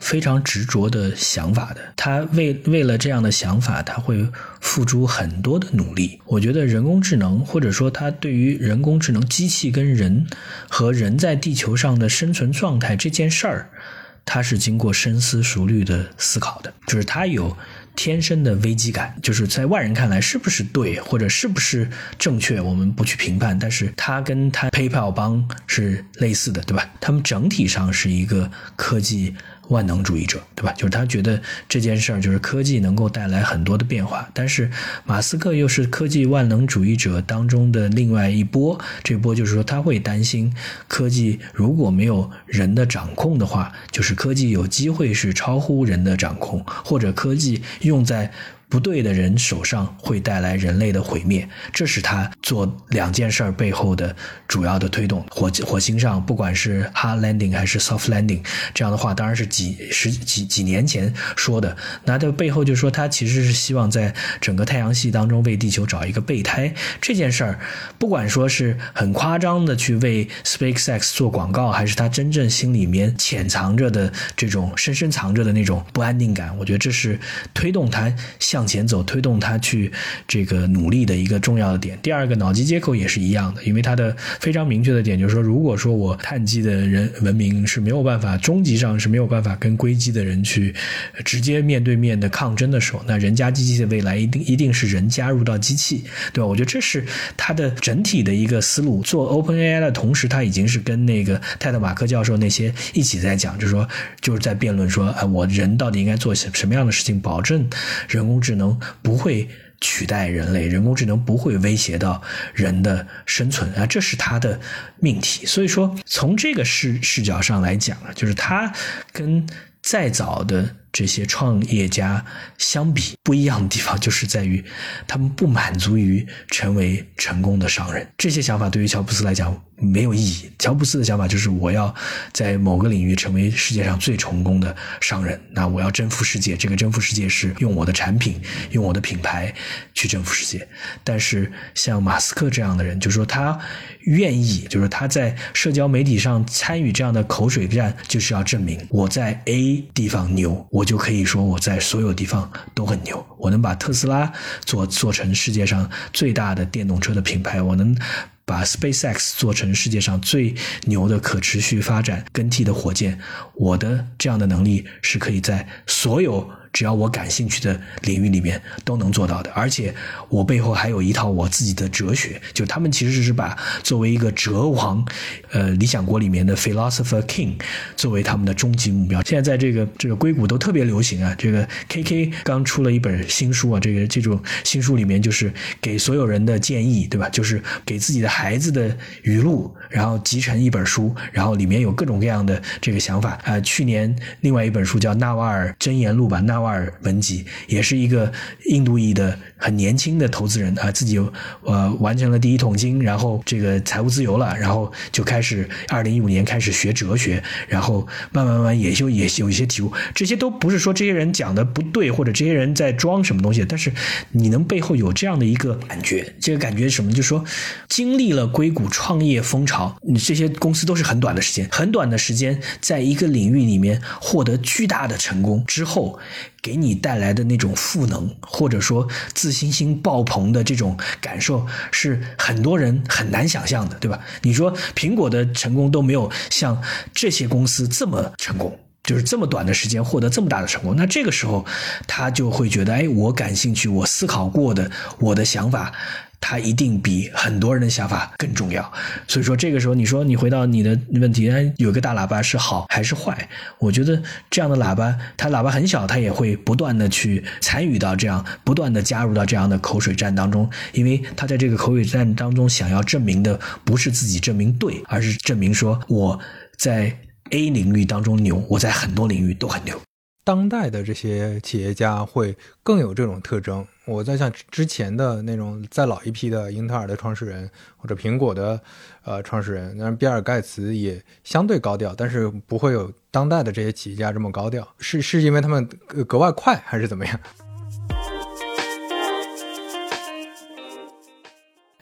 非常执着的想法的，他为为了这样的想法，他会付出很多的努力。我觉得人工智能，或者说他对于人工智能机器跟人和人在地球上的生存状态这件事儿，他是经过深思熟虑的思考的，就是他有天生的危机感，就是在外人看来是不是对或者是不是正确我们不去评判，但是他跟他 PayPal 帮是类似的，对吧？他们整体上是一个科技万能主义者，对吧？就是他觉得这件事儿就是科技能够带来很多的变化，但是马斯克又是科技万能主义者当中的另外一波，这波就是说他会担心科技如果没有人的掌控的话，就是科技有机会是超乎人的掌控，或者科技用在不对的人手上会带来人类的毁灭，这是他做两件事背后的主要的推动。火火星上不管是 hard landing 还是 soft landing 这样的话，当然是几十几几年前说的，那这背后就说他其实是希望在整个太阳系当中为地球找一个备胎。这件事儿不管说是很夸张的去为 SpaceX 做广告，还是他真正心里面潜藏着的这种深深藏着的那种不安定感，我觉得这是推动他向前走，推动他去这个努力的一个重要的点。第二个，脑机接口也是一样的，因为它的非常明确的点就是说，如果说我碳基的人文明是没有办法，终极上是没有办法跟硅基的人去直接面对面的抗争的时候，那人加机器的未来一定一定是人加入到机器，对吧？我觉得这是他的整体的一个思路。做 OpenAI 的同时，他已经是跟那个泰特马克教授那些一起在讲，就是说就是在辩论说，哎，我人到底应该做什么样的事情，保证人工智能不会取代人类，人工智能不会威胁到人的生存啊，这是他的命题。所以说从这个视视角上来讲啊，就是他跟再早的这些创业家相比不一样的地方，就是在于他们不满足于成为成功的商人。这些想法对于乔布斯来讲没有意义，乔布斯的想法就是我要在某个领域成为世界上最成功的商人，那我要征服世界，这个征服世界是用我的产品，用我的品牌去征服世界。但是像马斯克这样的人，就是说他愿意，就是他在社交媒体上参与这样的口水战，就是要证明我在 A 地方牛，我就可以说我在所有地方都很牛，我能把特斯拉做做成世界上最大的电动车的品牌，我能把 SpaceX 做成世界上最牛的可持续发展更替的火箭，我的这样的能力是可以在所有只要我感兴趣的领域里面都能做到的。而且我背后还有一套我自己的哲学，就他们其实是把作为一个哲王，呃，理想国里面的 philosopher king 作为他们的终极目标。现在在这个这个硅谷都特别流行啊，这个 K K 刚出了一本新书啊，这个这种新书里面就是给所有人的建议，对吧？就是给自己的孩子的语录，然后集成一本书，然后里面有各种各样的这个想法。呃，去年另外一本书叫纳瓦尔箴言录吧，纳瓦尔文集，也是一个印度裔的很年轻的投资人啊、呃，自己呃完成了第一桶金，然后这个财务自由了，然后就开始二零一五年开始学哲学，然后慢慢慢慢也就也有一些体悟。这些都不是说这些人讲的不对，或者这些人在装什么东西，但是你能背后有这样的一个感觉，这个感觉是什么？就是说经历了硅谷创业风潮，你这些公司都是很短的时间，很短的时间在一个领域里面获得巨大的成功之后，给你带来的那种赋能，或者说自信心爆棚的这种感受，是很多人很难想象的，对吧？你说苹果的成功都没有像这些公司这么成功，就是这么短的时间获得这么大的成功，那这个时候他就会觉得，哎，我感兴趣，我思考过的，我的想法它一定比很多人的想法更重要。所以说这个时候你说你回到你的问题，有个大喇叭是好还是坏，我觉得这样的喇叭，它喇叭很小，它也会不断的去参与到这样，不断的加入到这样的口水战当中，因为他在这个口水战当中想要证明的不是自己证明对，而是证明说我在 A 领域当中牛，我在很多领域都很牛。 当代的这些企业家会更有这种特征。我在想之前的那种再老一批的英特尔的创始人或者苹果的呃创始人，当然比尔盖茨也相对高调，但是不会有当代的这些企业家这么高调，是是因为他们格外快还是怎么样？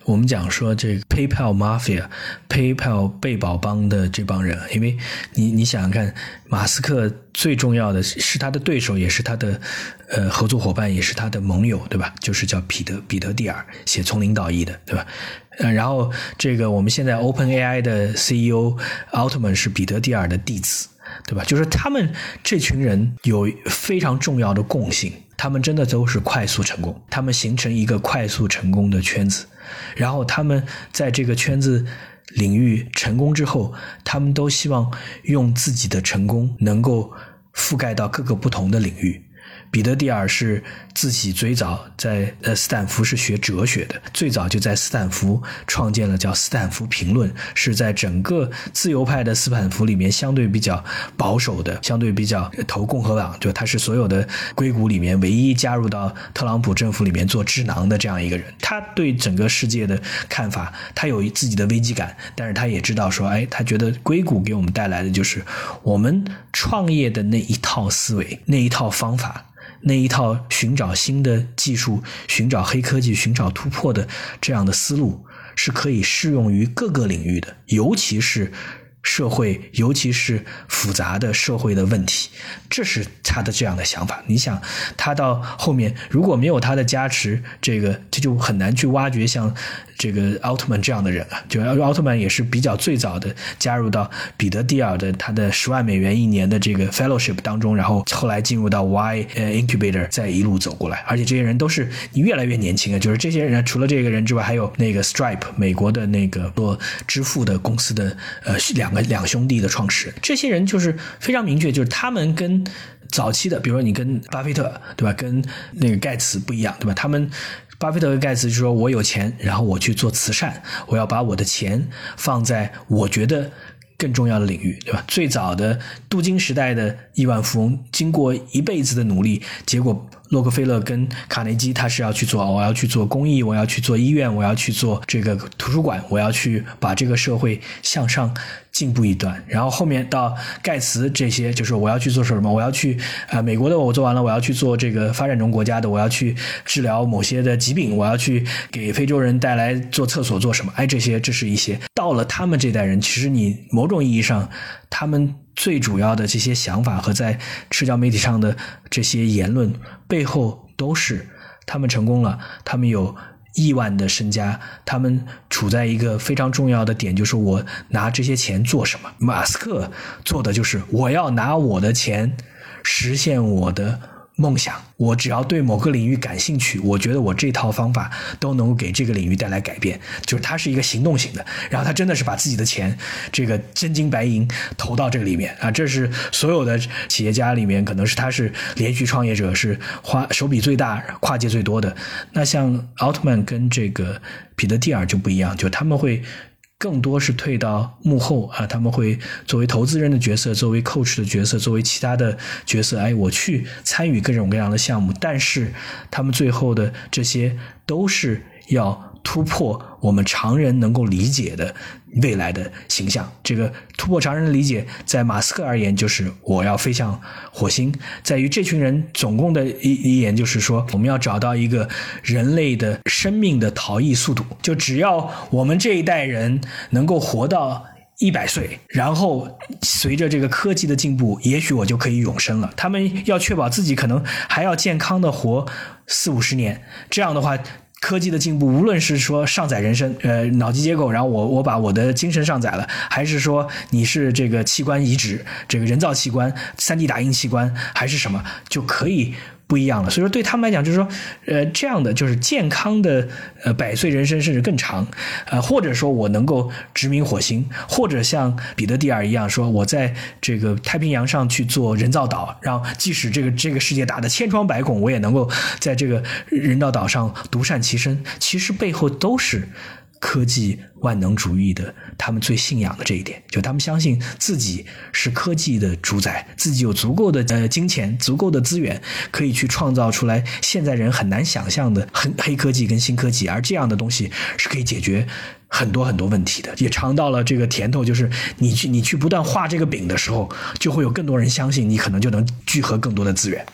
我们讲说这个 PayPal Mafia、PayPal 贝宝帮的这帮人，因为你你想想看，马斯克最重要的是他的对手，也是他的呃合作伙伴，也是他的盟友，对吧？就是叫彼得彼得蒂尔，写《从零到一》的，对吧？呃，然后这个我们现在 OpenAI 的 C E O 奥特曼是彼得蒂尔的弟子，对吧？就是他们这群人有非常重要的共性，他们真的都是快速成功，他们形成一个快速成功的圈子，然后他们在这个圈子领域成功之后，他们都希望用自己的成功能够覆盖到各个不同的领域。彼得蒂尔是自己最早在呃斯坦福是学哲学的，最早就在斯坦福创建了叫斯坦福评论，是在整个自由派的斯坦福里面相对比较保守的，相对比较投共和党，就他是所有的硅谷里面唯一加入到特朗普政府里面做智囊的这样一个人。他对整个世界的看法，他有自己的危机感，但是他也知道说，哎，他觉得硅谷给我们带来的就是我们创业的那一套思维，那一套方法，那一套寻找新的技术、寻找黑科技、寻找突破的这样的思路，是可以适用于各个领域的，尤其是社会，尤其是复杂的社会的问题，这是他的这样的想法。你想，他到后面如果没有他的加持，这个这就很难去挖掘像这个奥特曼这样的人啊。就奥特曼也是比较最早的加入到彼得蒂尔的他的十万美元一年的这个 fellowship 当中，然后后来进入到 Y Incubator 再一路走过来。而且这些人都是越来越年轻啊，就是这些人除了这个人之外，还有那个 Stripe 美国的那个做支付的公司的呃两个两兄弟的创始人，这些人就是非常明确，就是他们跟早期的，比如说你跟巴菲特，对吧？跟那个盖茨不一样，对吧？他们巴菲特和盖茨就说，我有钱，然后我去做慈善，我要把我的钱放在我觉得更重要的领域，对吧？最早的镀金时代的亿万富翁，经过一辈子的努力，结果洛克菲勒跟卡内基他是要去做，我要去做公益，我要去做医院，我要去做这个图书馆，我要去把这个社会向上进步一段。然后后面到盖茨这些，就是我要去做什么，我要去呃美国的我做完了，我要去做这个发展中国家的，我要去治疗某些的疾病，我要去给非洲人带来做厕所做什么，哎，这些这是一些到了他们这代人，其实你某种意义上他们最主要的这些想法和在社交媒体上的这些言论背后都是他们成功了，他们有亿万的身家，他们处在一个非常重要的点，就是我拿这些钱做什么。马斯克做的就是我要拿我的钱实现我的梦想，我只要对某个领域感兴趣，我觉得我这套方法都能够给这个领域带来改变，就是他是一个行动型的，然后他真的是把自己的钱这个真金白银投到这个里面啊，这是所有的企业家里面可能是他是连续创业者，是花手笔最大跨界最多的。那像奥特曼跟这个彼得蒂尔就不一样，就他们会更多是退到幕后啊，他们会作为投资人的角色，作为 coach 的角色，作为其他的角色，哎，我去参与各种各样的项目，但是他们最后的这些都是要突破我们常人能够理解的未来的形象。这个突破常人的理解，在马斯克而言就是我要飞向火星，在于这群人总共的一一言就是说，我们要找到一个人类的生命的逃逸速度，就只要我们这一代人能够活到一百岁，然后随着这个科技的进步，也许我就可以永生了。他们要确保自己可能还要健康的活四五十年，这样的话科技的进步，无论是说上载人身呃脑机接口，然后我我把我的精神上载了，还是说你是这个器官移植，这个人造器官 三 D 打印器官，还是什么，就可以不一样了。所以说对他们来讲，就是说呃这样的就是健康的呃百岁人生甚至更长，呃或者说我能够殖民火星，或者像彼得蒂尔一样说我在这个太平洋上去做人造岛，让即使这个这个世界打得千疮百孔，我也能够在这个人造岛上独善其身。其实背后都是科技万能主义的他们最信仰的这一点，就他们相信自己是科技的主宰，自己有足够的呃金钱足够的资源，可以去创造出来现在人很难想象的黑黑科技跟新科技，而这样的东西是可以解决很多很多问题的。也尝到了这个甜头，就是你去你去不断画这个饼的时候，就会有更多人相信你，可能就能聚合更多的资源。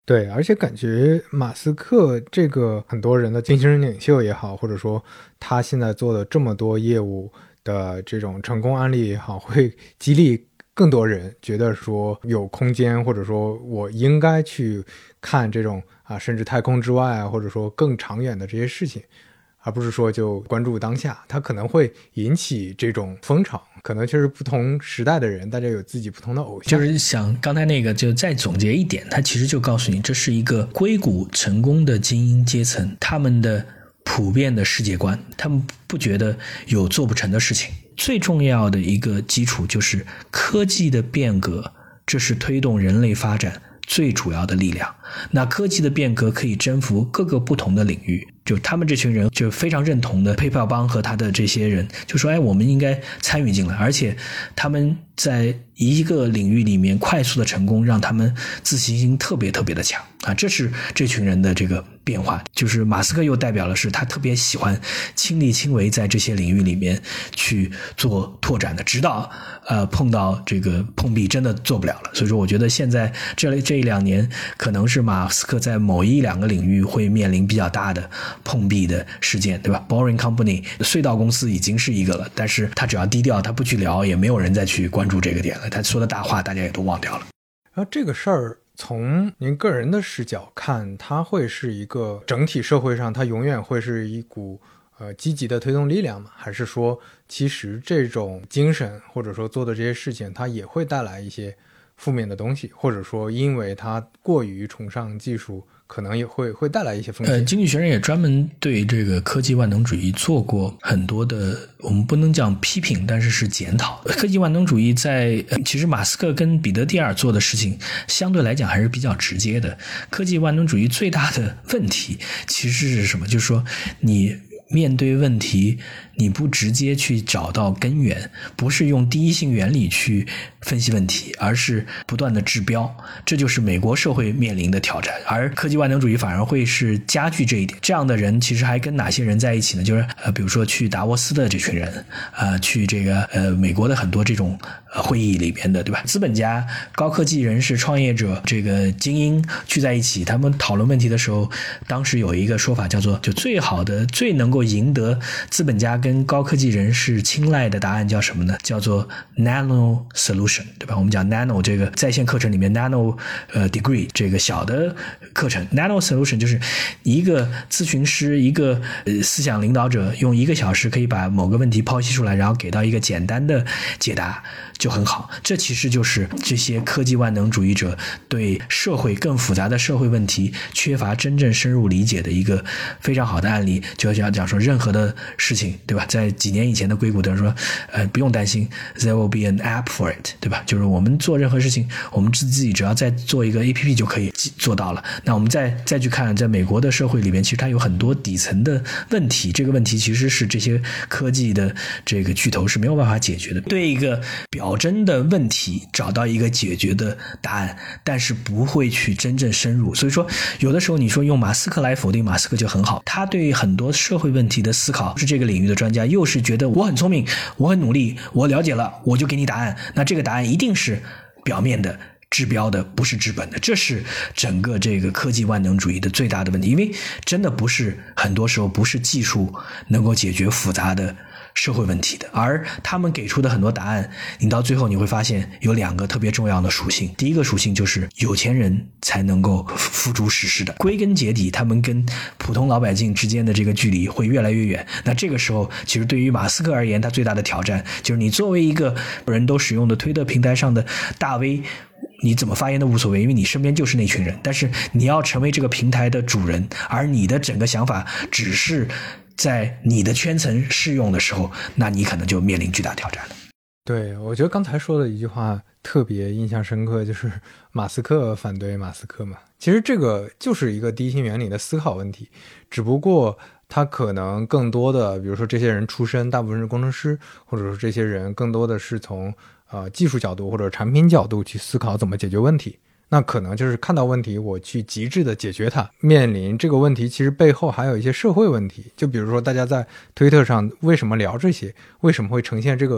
对，而且感觉马斯克这个很多人的精神领袖也好，或者说他现在做的这么多业务的这种成功案例也好，会激励更多人觉得说有空间，或者说我应该去看这种啊，甚至太空之外啊，或者说更长远的这些事情，而不是说就关注当下。它可能会引起这种风潮，可能就是不同时代的人，大家有自己不同的偶像。 就是想刚才那个就再总结一点，它其实就告诉你，这是一个硅谷成功的精英阶层，他们的普遍的世界观，他们不觉得有做不成的事情。最重要的一个基础就是科技的变革，这是推动人类发展最主要的力量。那科技的变革可以征服各个不同的领域，就他们这群人就非常认同的PayPal帮和他的这些人就说，哎，我们应该参与进来，而且他们在一个领域里面快速的成功，让他们自信心特别特别的强啊，这是这群人的这个变化。就是马斯克又代表的是他特别喜欢亲力亲为在这些领域里面去做拓展的，直到呃碰到这个碰壁真的做不了了。所以说我觉得现在这这一两年可能是马斯克在某一两个领域会面临比较大的碰壁的事件，对吧？ Boring Company 隧道公司已经是一个了，但是他只要低调，他不去聊，也没有人再去关注这个点了，他说的大话大家也都忘掉了。 然后这个事儿从您个人的视角看，它会是一个整体社会上它永远会是一股呃积极的推动力量吗？还是说其实这种精神或者说做的这些事情它也会带来一些负面的东西，或者说因为它过于崇尚技术可能也会会带来一些风险。 呃，经济学人也专门对这个科技万能主义做过很多的，我们不能讲批评，但是是检讨。科技万能主义在、呃、其实马斯克跟彼得蒂尔做的事情相对来讲还是比较直接的。科技万能主义最大的问题其实是什么？就是说你面对问题你不直接去找到根源，不是用第一性原理去分析问题，而是不断的治标，这就是美国社会面临的挑战。而科技万能主义反而会是加剧这一点。这样的人其实还跟哪些人在一起呢？就是呃，比如说去达沃斯的这群人，呃，去这个呃美国的很多这种呃会议里边的，对吧？资本家、高科技人士、创业者、这个精英聚在一起，他们讨论问题的时候，当时有一个说法叫做，就最好的、最能够赢得资本家跟高科技人士青睐的答案叫什么呢？叫做 nano solution， 对吧？我们讲 nano 这个在线课程里面 nano 呃 degree 这个小的课程 nano solution 就是一个咨询师，一个呃思想领导者用一个小时可以把某个问题剖析出来，然后给到一个简单的解答就很好。这其实就是这些科技万能主义者对社会更复杂的社会问题缺乏真正深入理解的一个非常好的案例。就像讲说任何的事情，对吧？在几年以前的硅谷的人说呃，不用担心 there will be an app for it， 对吧？就是我们做任何事情，我们自己只要再做一个 A P P 就可以做到了。那我们再再去看在美国的社会里面，其实它有很多底层的问题，这个问题其实是这些科技的这个巨头是没有办法解决的。对一个表征的问题找到一个解决的答案，但是不会去真正深入。所以说有的时候你说用马斯克来否定马斯克就很好，他对很多社会问题的思考是这个领域的专家，又是觉得我很聪明，我很努力，我了解了，我就给你答案。那这个答案一定是表面的、治标的，不是治本的。这是整个这个科技万能主义的最大的问题，因为真的不是很多时候不是技术能够解决复杂的社会问题的，而他们给出的很多答案，你到最后你会发现有两个特别重要的属性。第一个属性就是有钱人才能够付诸实施的，归根结底他们跟普通老百姓之间的这个距离会越来越远。那这个时候其实对于马斯克而言，他最大的挑战就是你作为一个人都使用的推特平台上的大 V，你怎么发言都无所谓，因为你身边就是那群人，但是你要成为这个平台的主人，而你的整个想法只是在你的圈层适用的时候，那你可能就面临巨大挑战了。 对，我觉得刚才说的一句话特别印象深刻，就是马斯克反对马斯克嘛。其实这个就是一个第一性原理的思考问题，只不过他可能更多的，比如说这些人出身大部分是工程师，或者说这些人更多的是从呃技术角度或者产品角度去思考怎么解决问题。那可能就是看到问题我去极致的解决它。面临这个问题其实背后还有一些社会问题，就比如说大家在推特上为什么聊这些，为什么会呈现这个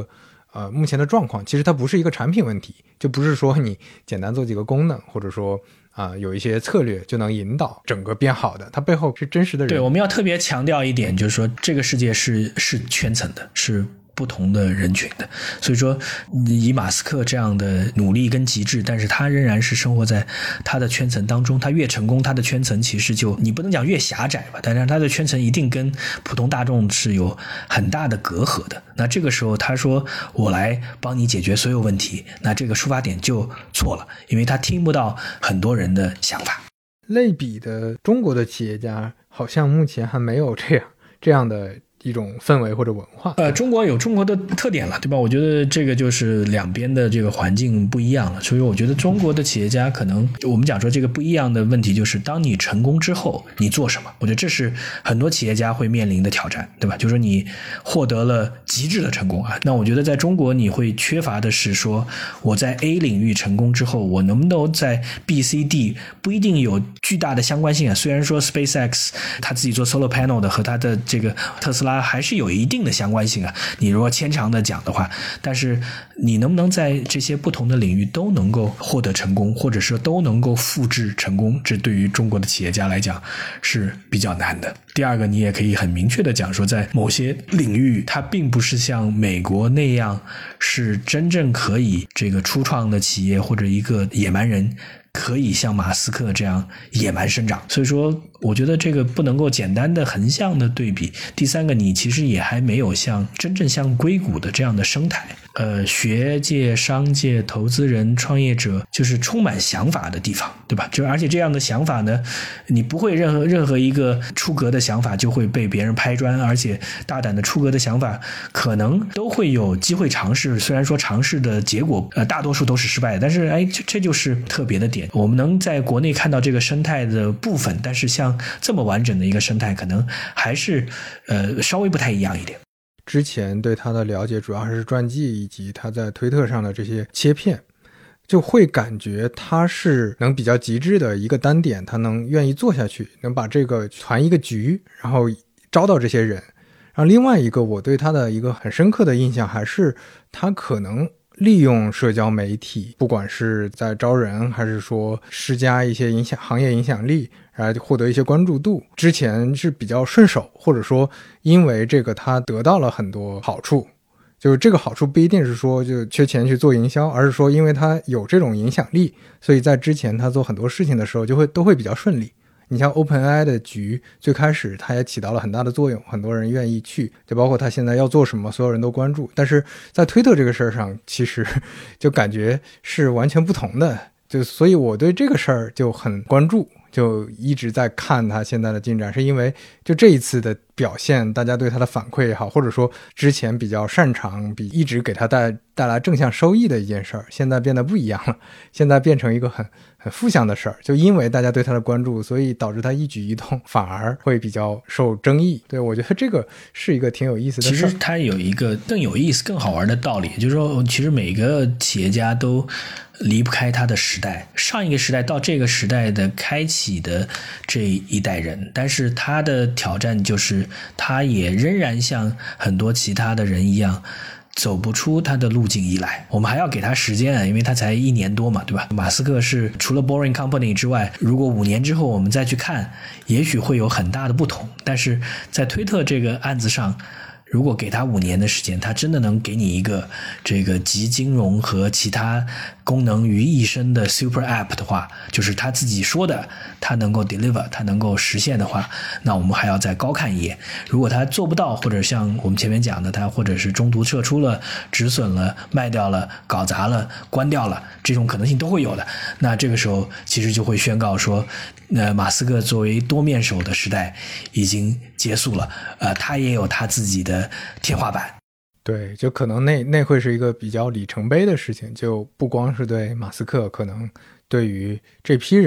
呃目前的状况，其实它不是一个产品问题，就不是说你简单做几个功能，或者说啊、呃、有一些策略就能引导整个变好的，它背后是真实的人。 对，我们要特别强调一点，就是说这个世界是是圈层的，是不同的人群的，所以说以马斯克这样的努力跟极致，但是他仍然是生活在他的圈层当中，他越成功，他的圈层其实就你不能讲越狭窄吧，但是他的圈层一定跟普通大众是有很大的隔阂的。那这个时候他说我来帮你解决所有问题，那这个出发点就错了，因为他听不到很多人的想法。 类比的中国的企业家好像目前还没有这样这样的一种氛围或者文化。 呃，中国有中国的特点了，对吧？我觉得这个就是两边的这个环境不一样了，所以我觉得中国的企业家可能我们讲说这个不一样的问题就是当你成功之后你做什么，我觉得这是很多企业家会面临的挑战，对吧？就是说你获得了极致的成功啊，那我觉得在中国你会缺乏的是说我在 A 领域成功之后我能不能在 B、C、D 不一定有巨大的相关性啊。虽然说 SpaceX 他自己做 Solar Panel 的和他的这个特斯拉还是有一定的相关性啊，你如果牵强的讲的话，但是你能不能在这些不同的领域都能够获得成功，或者说都能够复制成功，这对于中国的企业家来讲是比较难的。第二个，你也可以很明确的讲说，在某些领域它并不是像美国那样是真正可以这个初创的企业或者一个野蛮人可以像马斯克这样野蛮生长，所以说我觉得这个不能够简单的横向的对比。第三个，你其实也还没有像真正像硅谷的这样的生态，呃，学界、商界、投资人、创业者就是充满想法的地方，对吧？就而且这样的想法呢，你不会任何任何一个出格的想法就会被别人拍砖，而且大胆的出格的想法可能都会有机会尝试，虽然说尝试的结果呃大多数都是失败的，但是哎，这这就是特别的点。我们能在国内看到这个生态的部分，但是像这么完整的一个生态可能还是呃稍微不太一样一点。 之前对他的了解主要还是传记以及他在推特上的这些切片，就会感觉他是能比较极致的一个单点，他能愿意做下去，能把这个团一个局，然后招到这些人。然后另外一个我对他的一个很深刻的印象还是他可能利用社交媒体，不管是在招人还是说施加一些影响行业影响力，然后获得一些关注度，之前是比较顺手，或者说因为这个他得到了很多好处。就是这个好处不一定是说就缺钱去做营销，而是说因为他有这种影响力，所以在之前他做很多事情的时候就会都会比较顺利。你像 OpenAI 的局最开始它也起到了很大的作用，很多人愿意去，就包括他现在要做什么所有人都关注，但是在推特这个事儿上其实就感觉是完全不同的，就所以我对这个事儿就很关注，就一直在看他现在的进展，是因为就这一次的表现，大家对他的反馈也好，或者说之前比较擅长比一直给他带带来正向收益的一件事儿，现在变得不一样了，现在变成一个很很负向的事儿，就因为大家对他的关注，所以导致他一举一动反而会比较受争议。对，我觉得这个是一个挺有意思的事儿。 其实它有一个更有意思更好玩的道理，就是说其实每个企业家都离不开他的时代，上一个时代到这个时代的开启的这一代人，但是他的挑战就是他也仍然像很多其他的人一样走不出他的路径以来，我们还要给他时间啊，因为他才一年多嘛，对吧？马斯克是除了 Boring Company 之外，如果五年之后我们再去看，也许会有很大的不同。但是在推特这个案子上，如果给他五年的时间，他真的能给你一个这个集金融和其他功能于一身的 super app 的话，就是他自己说的他能够 deliver， 他能够实现的话，那我们还要再高看一眼。如果他做不到，或者像我们前面讲的，他或者是中途撤出了，止损了，卖掉了，搞砸了，关掉了，这种可能性都会有的。那这个时候其实就会宣告说，呃，马斯克作为多面手的时代已经结束了，呃，他也有他自己的天花板。 对，就可能那那会是一个比较里程碑的事情，就不光是对马斯克，可能对于这批人，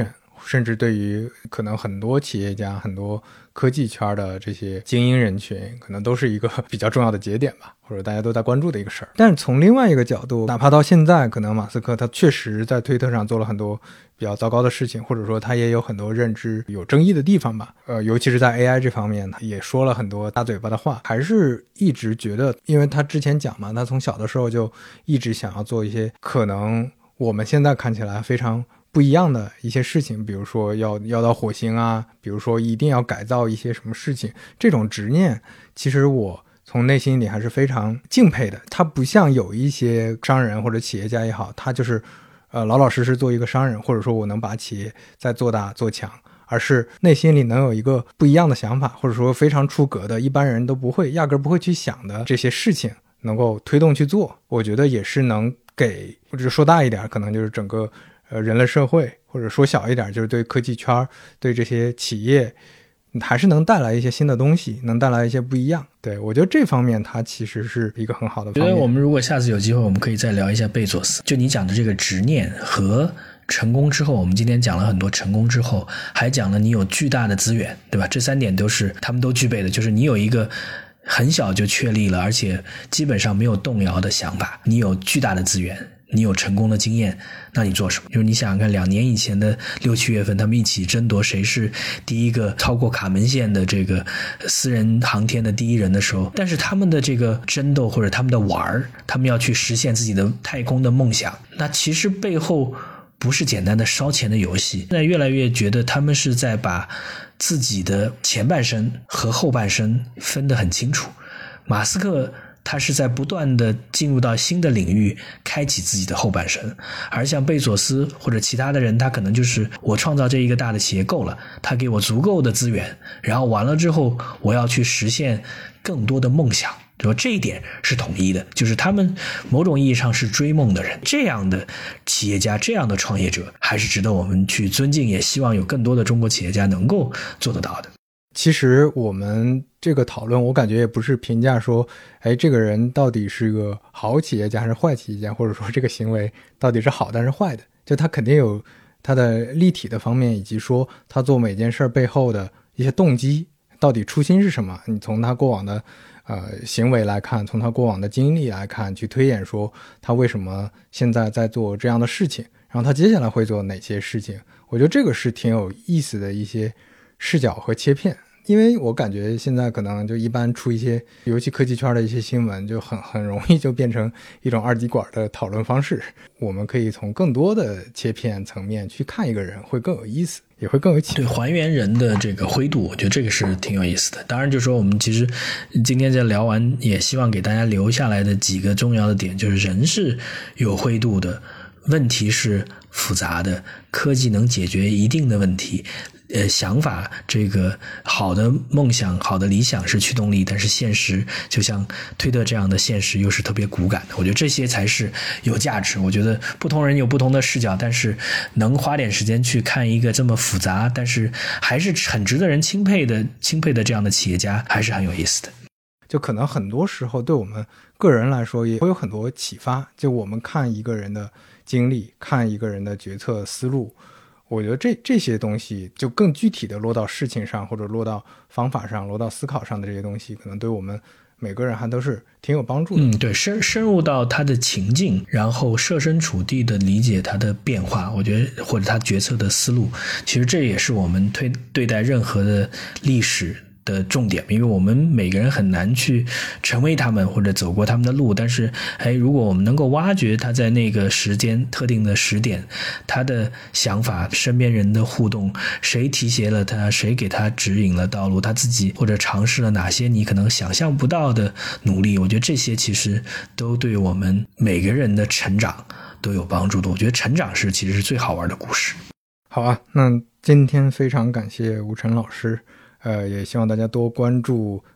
甚至对于可能很多企业家、很多科技圈的这些精英人群，可能都是一个比较重要的节点吧，或者大家都在关注的一个事儿。但是从另外一个角度，哪怕到现在，可能马斯克他确实在推特上做了很多比较糟糕的事情，或者说他也有很多认知有争议的地方吧。呃，尤其是在 A I 这方面，他也说了很多大嘴巴的话，还是一直觉得，因为他之前讲嘛，他从小的时候就一直想要做一些可能我们现在看起来非常不一样的一些事情，比如说要要到火星啊，比如说一定要改造一些什么事情，这种执念其实我从内心里还是非常敬佩的。他不像有一些商人或者企业家也好，他就是呃老老实实做一个商人，或者说我能把企业再做大做强，而是内心里能有一个不一样的想法，或者说非常出格的一般人都不会压根不会去想的这些事情能够推动去做，我觉得也是能给，或者说大一点可能就是整个呃，人类社会，或者说小一点就是对科技圈、对这些企业还是能带来一些新的东西，能带来一些不一样。对，我觉得这方面它其实是一个很好的方面。 我觉得我们如果下次有机会，我们可以再聊一下贝佐斯。就你讲的这个执念和成功之后，我们今天讲了很多成功之后，还讲了你有巨大的资源，对吧？这三点都是他们都具备的，就是你有一个很小就确立了，而且基本上没有动摇的想法，你有巨大的资源，你有成功的经验，那你做什么？就是你想想看，两年以前的六七月份，他们一起争夺谁是第一个超过卡门线的这个私人航天的第一人的时候，但是他们的这个争斗或者他们的玩，他们要去实现自己的太空的梦想，那其实背后不是简单的烧钱的游戏。现在越来越觉得他们是在把自己的前半生和后半生分得很清楚。马斯克他是在不断的进入到新的领域，开启自己的后半生。而像贝佐斯或者其他的人，他可能就是我创造这一个大的企业够了，他给我足够的资源，然后完了之后我要去实现更多的梦想。对吧？这一点是统一的，就是他们某种意义上是追梦的人。这样的企业家，这样的创业者，还是值得我们去尊敬，也希望有更多的中国企业家能够做得到的。 其实我们这个讨论，我感觉也不是评价说，哎，这个人到底是个好企业家还是坏企业家，或者说这个行为到底是好的还是坏的，就他肯定有他的立体的方面，以及说他做每件事背后的一些动机，到底初心是什么。你从他过往的呃行为来看，从他过往的经历来看，去推演说他为什么现在在做这样的事情，然后他接下来会做哪些事情。我觉得这个是挺有意思的一些视角和切片。因为我感觉现在可能就一般出一些尤其科技圈的一些新闻，就很很容易就变成一种二极管的讨论方式。我们可以从更多的切片层面去看一个人，会更有意思，也会更有启发。 对，还原人的这个灰度，我觉得这个是挺有意思的。当然就是说我们其实今天在聊完，也希望给大家留下来的几个重要的点，就是人是有灰度的，问题是复杂的，科技能解决一定的问题，呃，想法，这个好的梦想、好的理想是驱动力，但是现实就像推特这样的现实又是特别骨感的。我觉得这些才是有价值。我觉得不同人有不同的视角，但是能花点时间去看一个这么复杂，但是还是很值得人钦佩的、钦佩的这样的企业家，还是很有意思的。 就可能很多时候对我们个人来说也会有很多启发。就我们看一个人的经历，看一个人的决策思路。我觉得这这些东西就更具体的落到事情上，或者落到方法上，落到思考上的这些东西，可能对我们每个人还都是挺有帮助的。 嗯，对，深深入到他的情境，然后设身处地的理解他的变化，我觉得或者他决策的思路，其实这也是我们对对待任何的历史的重点，因为我们每个人很难去成为他们或者走过他们的路，但是哎，如果我们能够挖掘他在那个时间特定的时点他的想法，身边人的互动，谁提携了他，谁给他指引了道路，他自己或者尝试了哪些你可能想象不到的努力，我觉得这些其实都对我们每个人的成长都有帮助的。我觉得成长是其实是最好玩的故事。 好啊，那今天非常感谢吴晨老师，呃，也希望大家多关注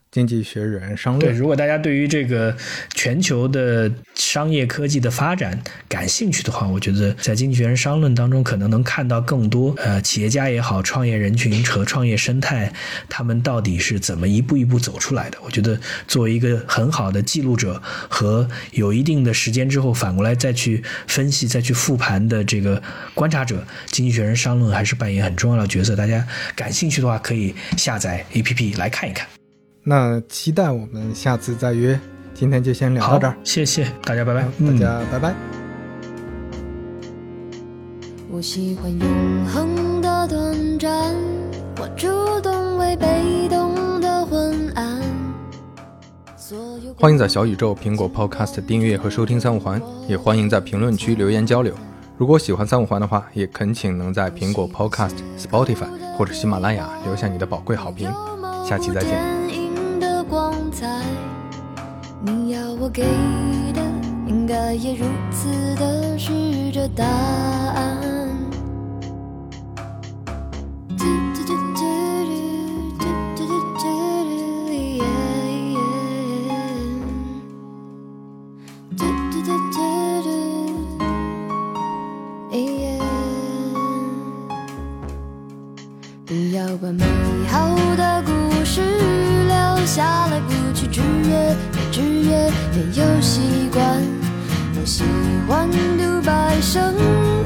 经济学人商论。 对，如果大家对于这个全球的商业科技的发展感兴趣的话，我觉得在经济学人商论当中可能能看到更多呃企业家也好，创业人群和创业生态他们到底是怎么一步一步走出来的。我觉得作为一个很好的记录者和有一定的时间之后反过来再去分析再去复盘的这个观察者，经济学人商论还是扮演很重要的角色。大家感兴趣的话可以下载 A P P 来看一看。 那期待我们下次再约，今天就先聊到这儿。 谢谢大家，拜拜。 大家拜拜。 我喜欢永恒的短暂，我主动为被动的昏暗。 欢迎在小宇宙、苹果 Podcast 订阅和收听三五环，也欢迎在评论区留言交流。如果喜欢三五环的话，也恳请能在苹果 Podcast、Spotify 或者喜马拉雅留下你的宝贵好评。下期再见。 光彩，你要我给的应该也如此的是这答案。不要把美好的故事留下来，不去制约，越制约越有习惯。我喜欢独白声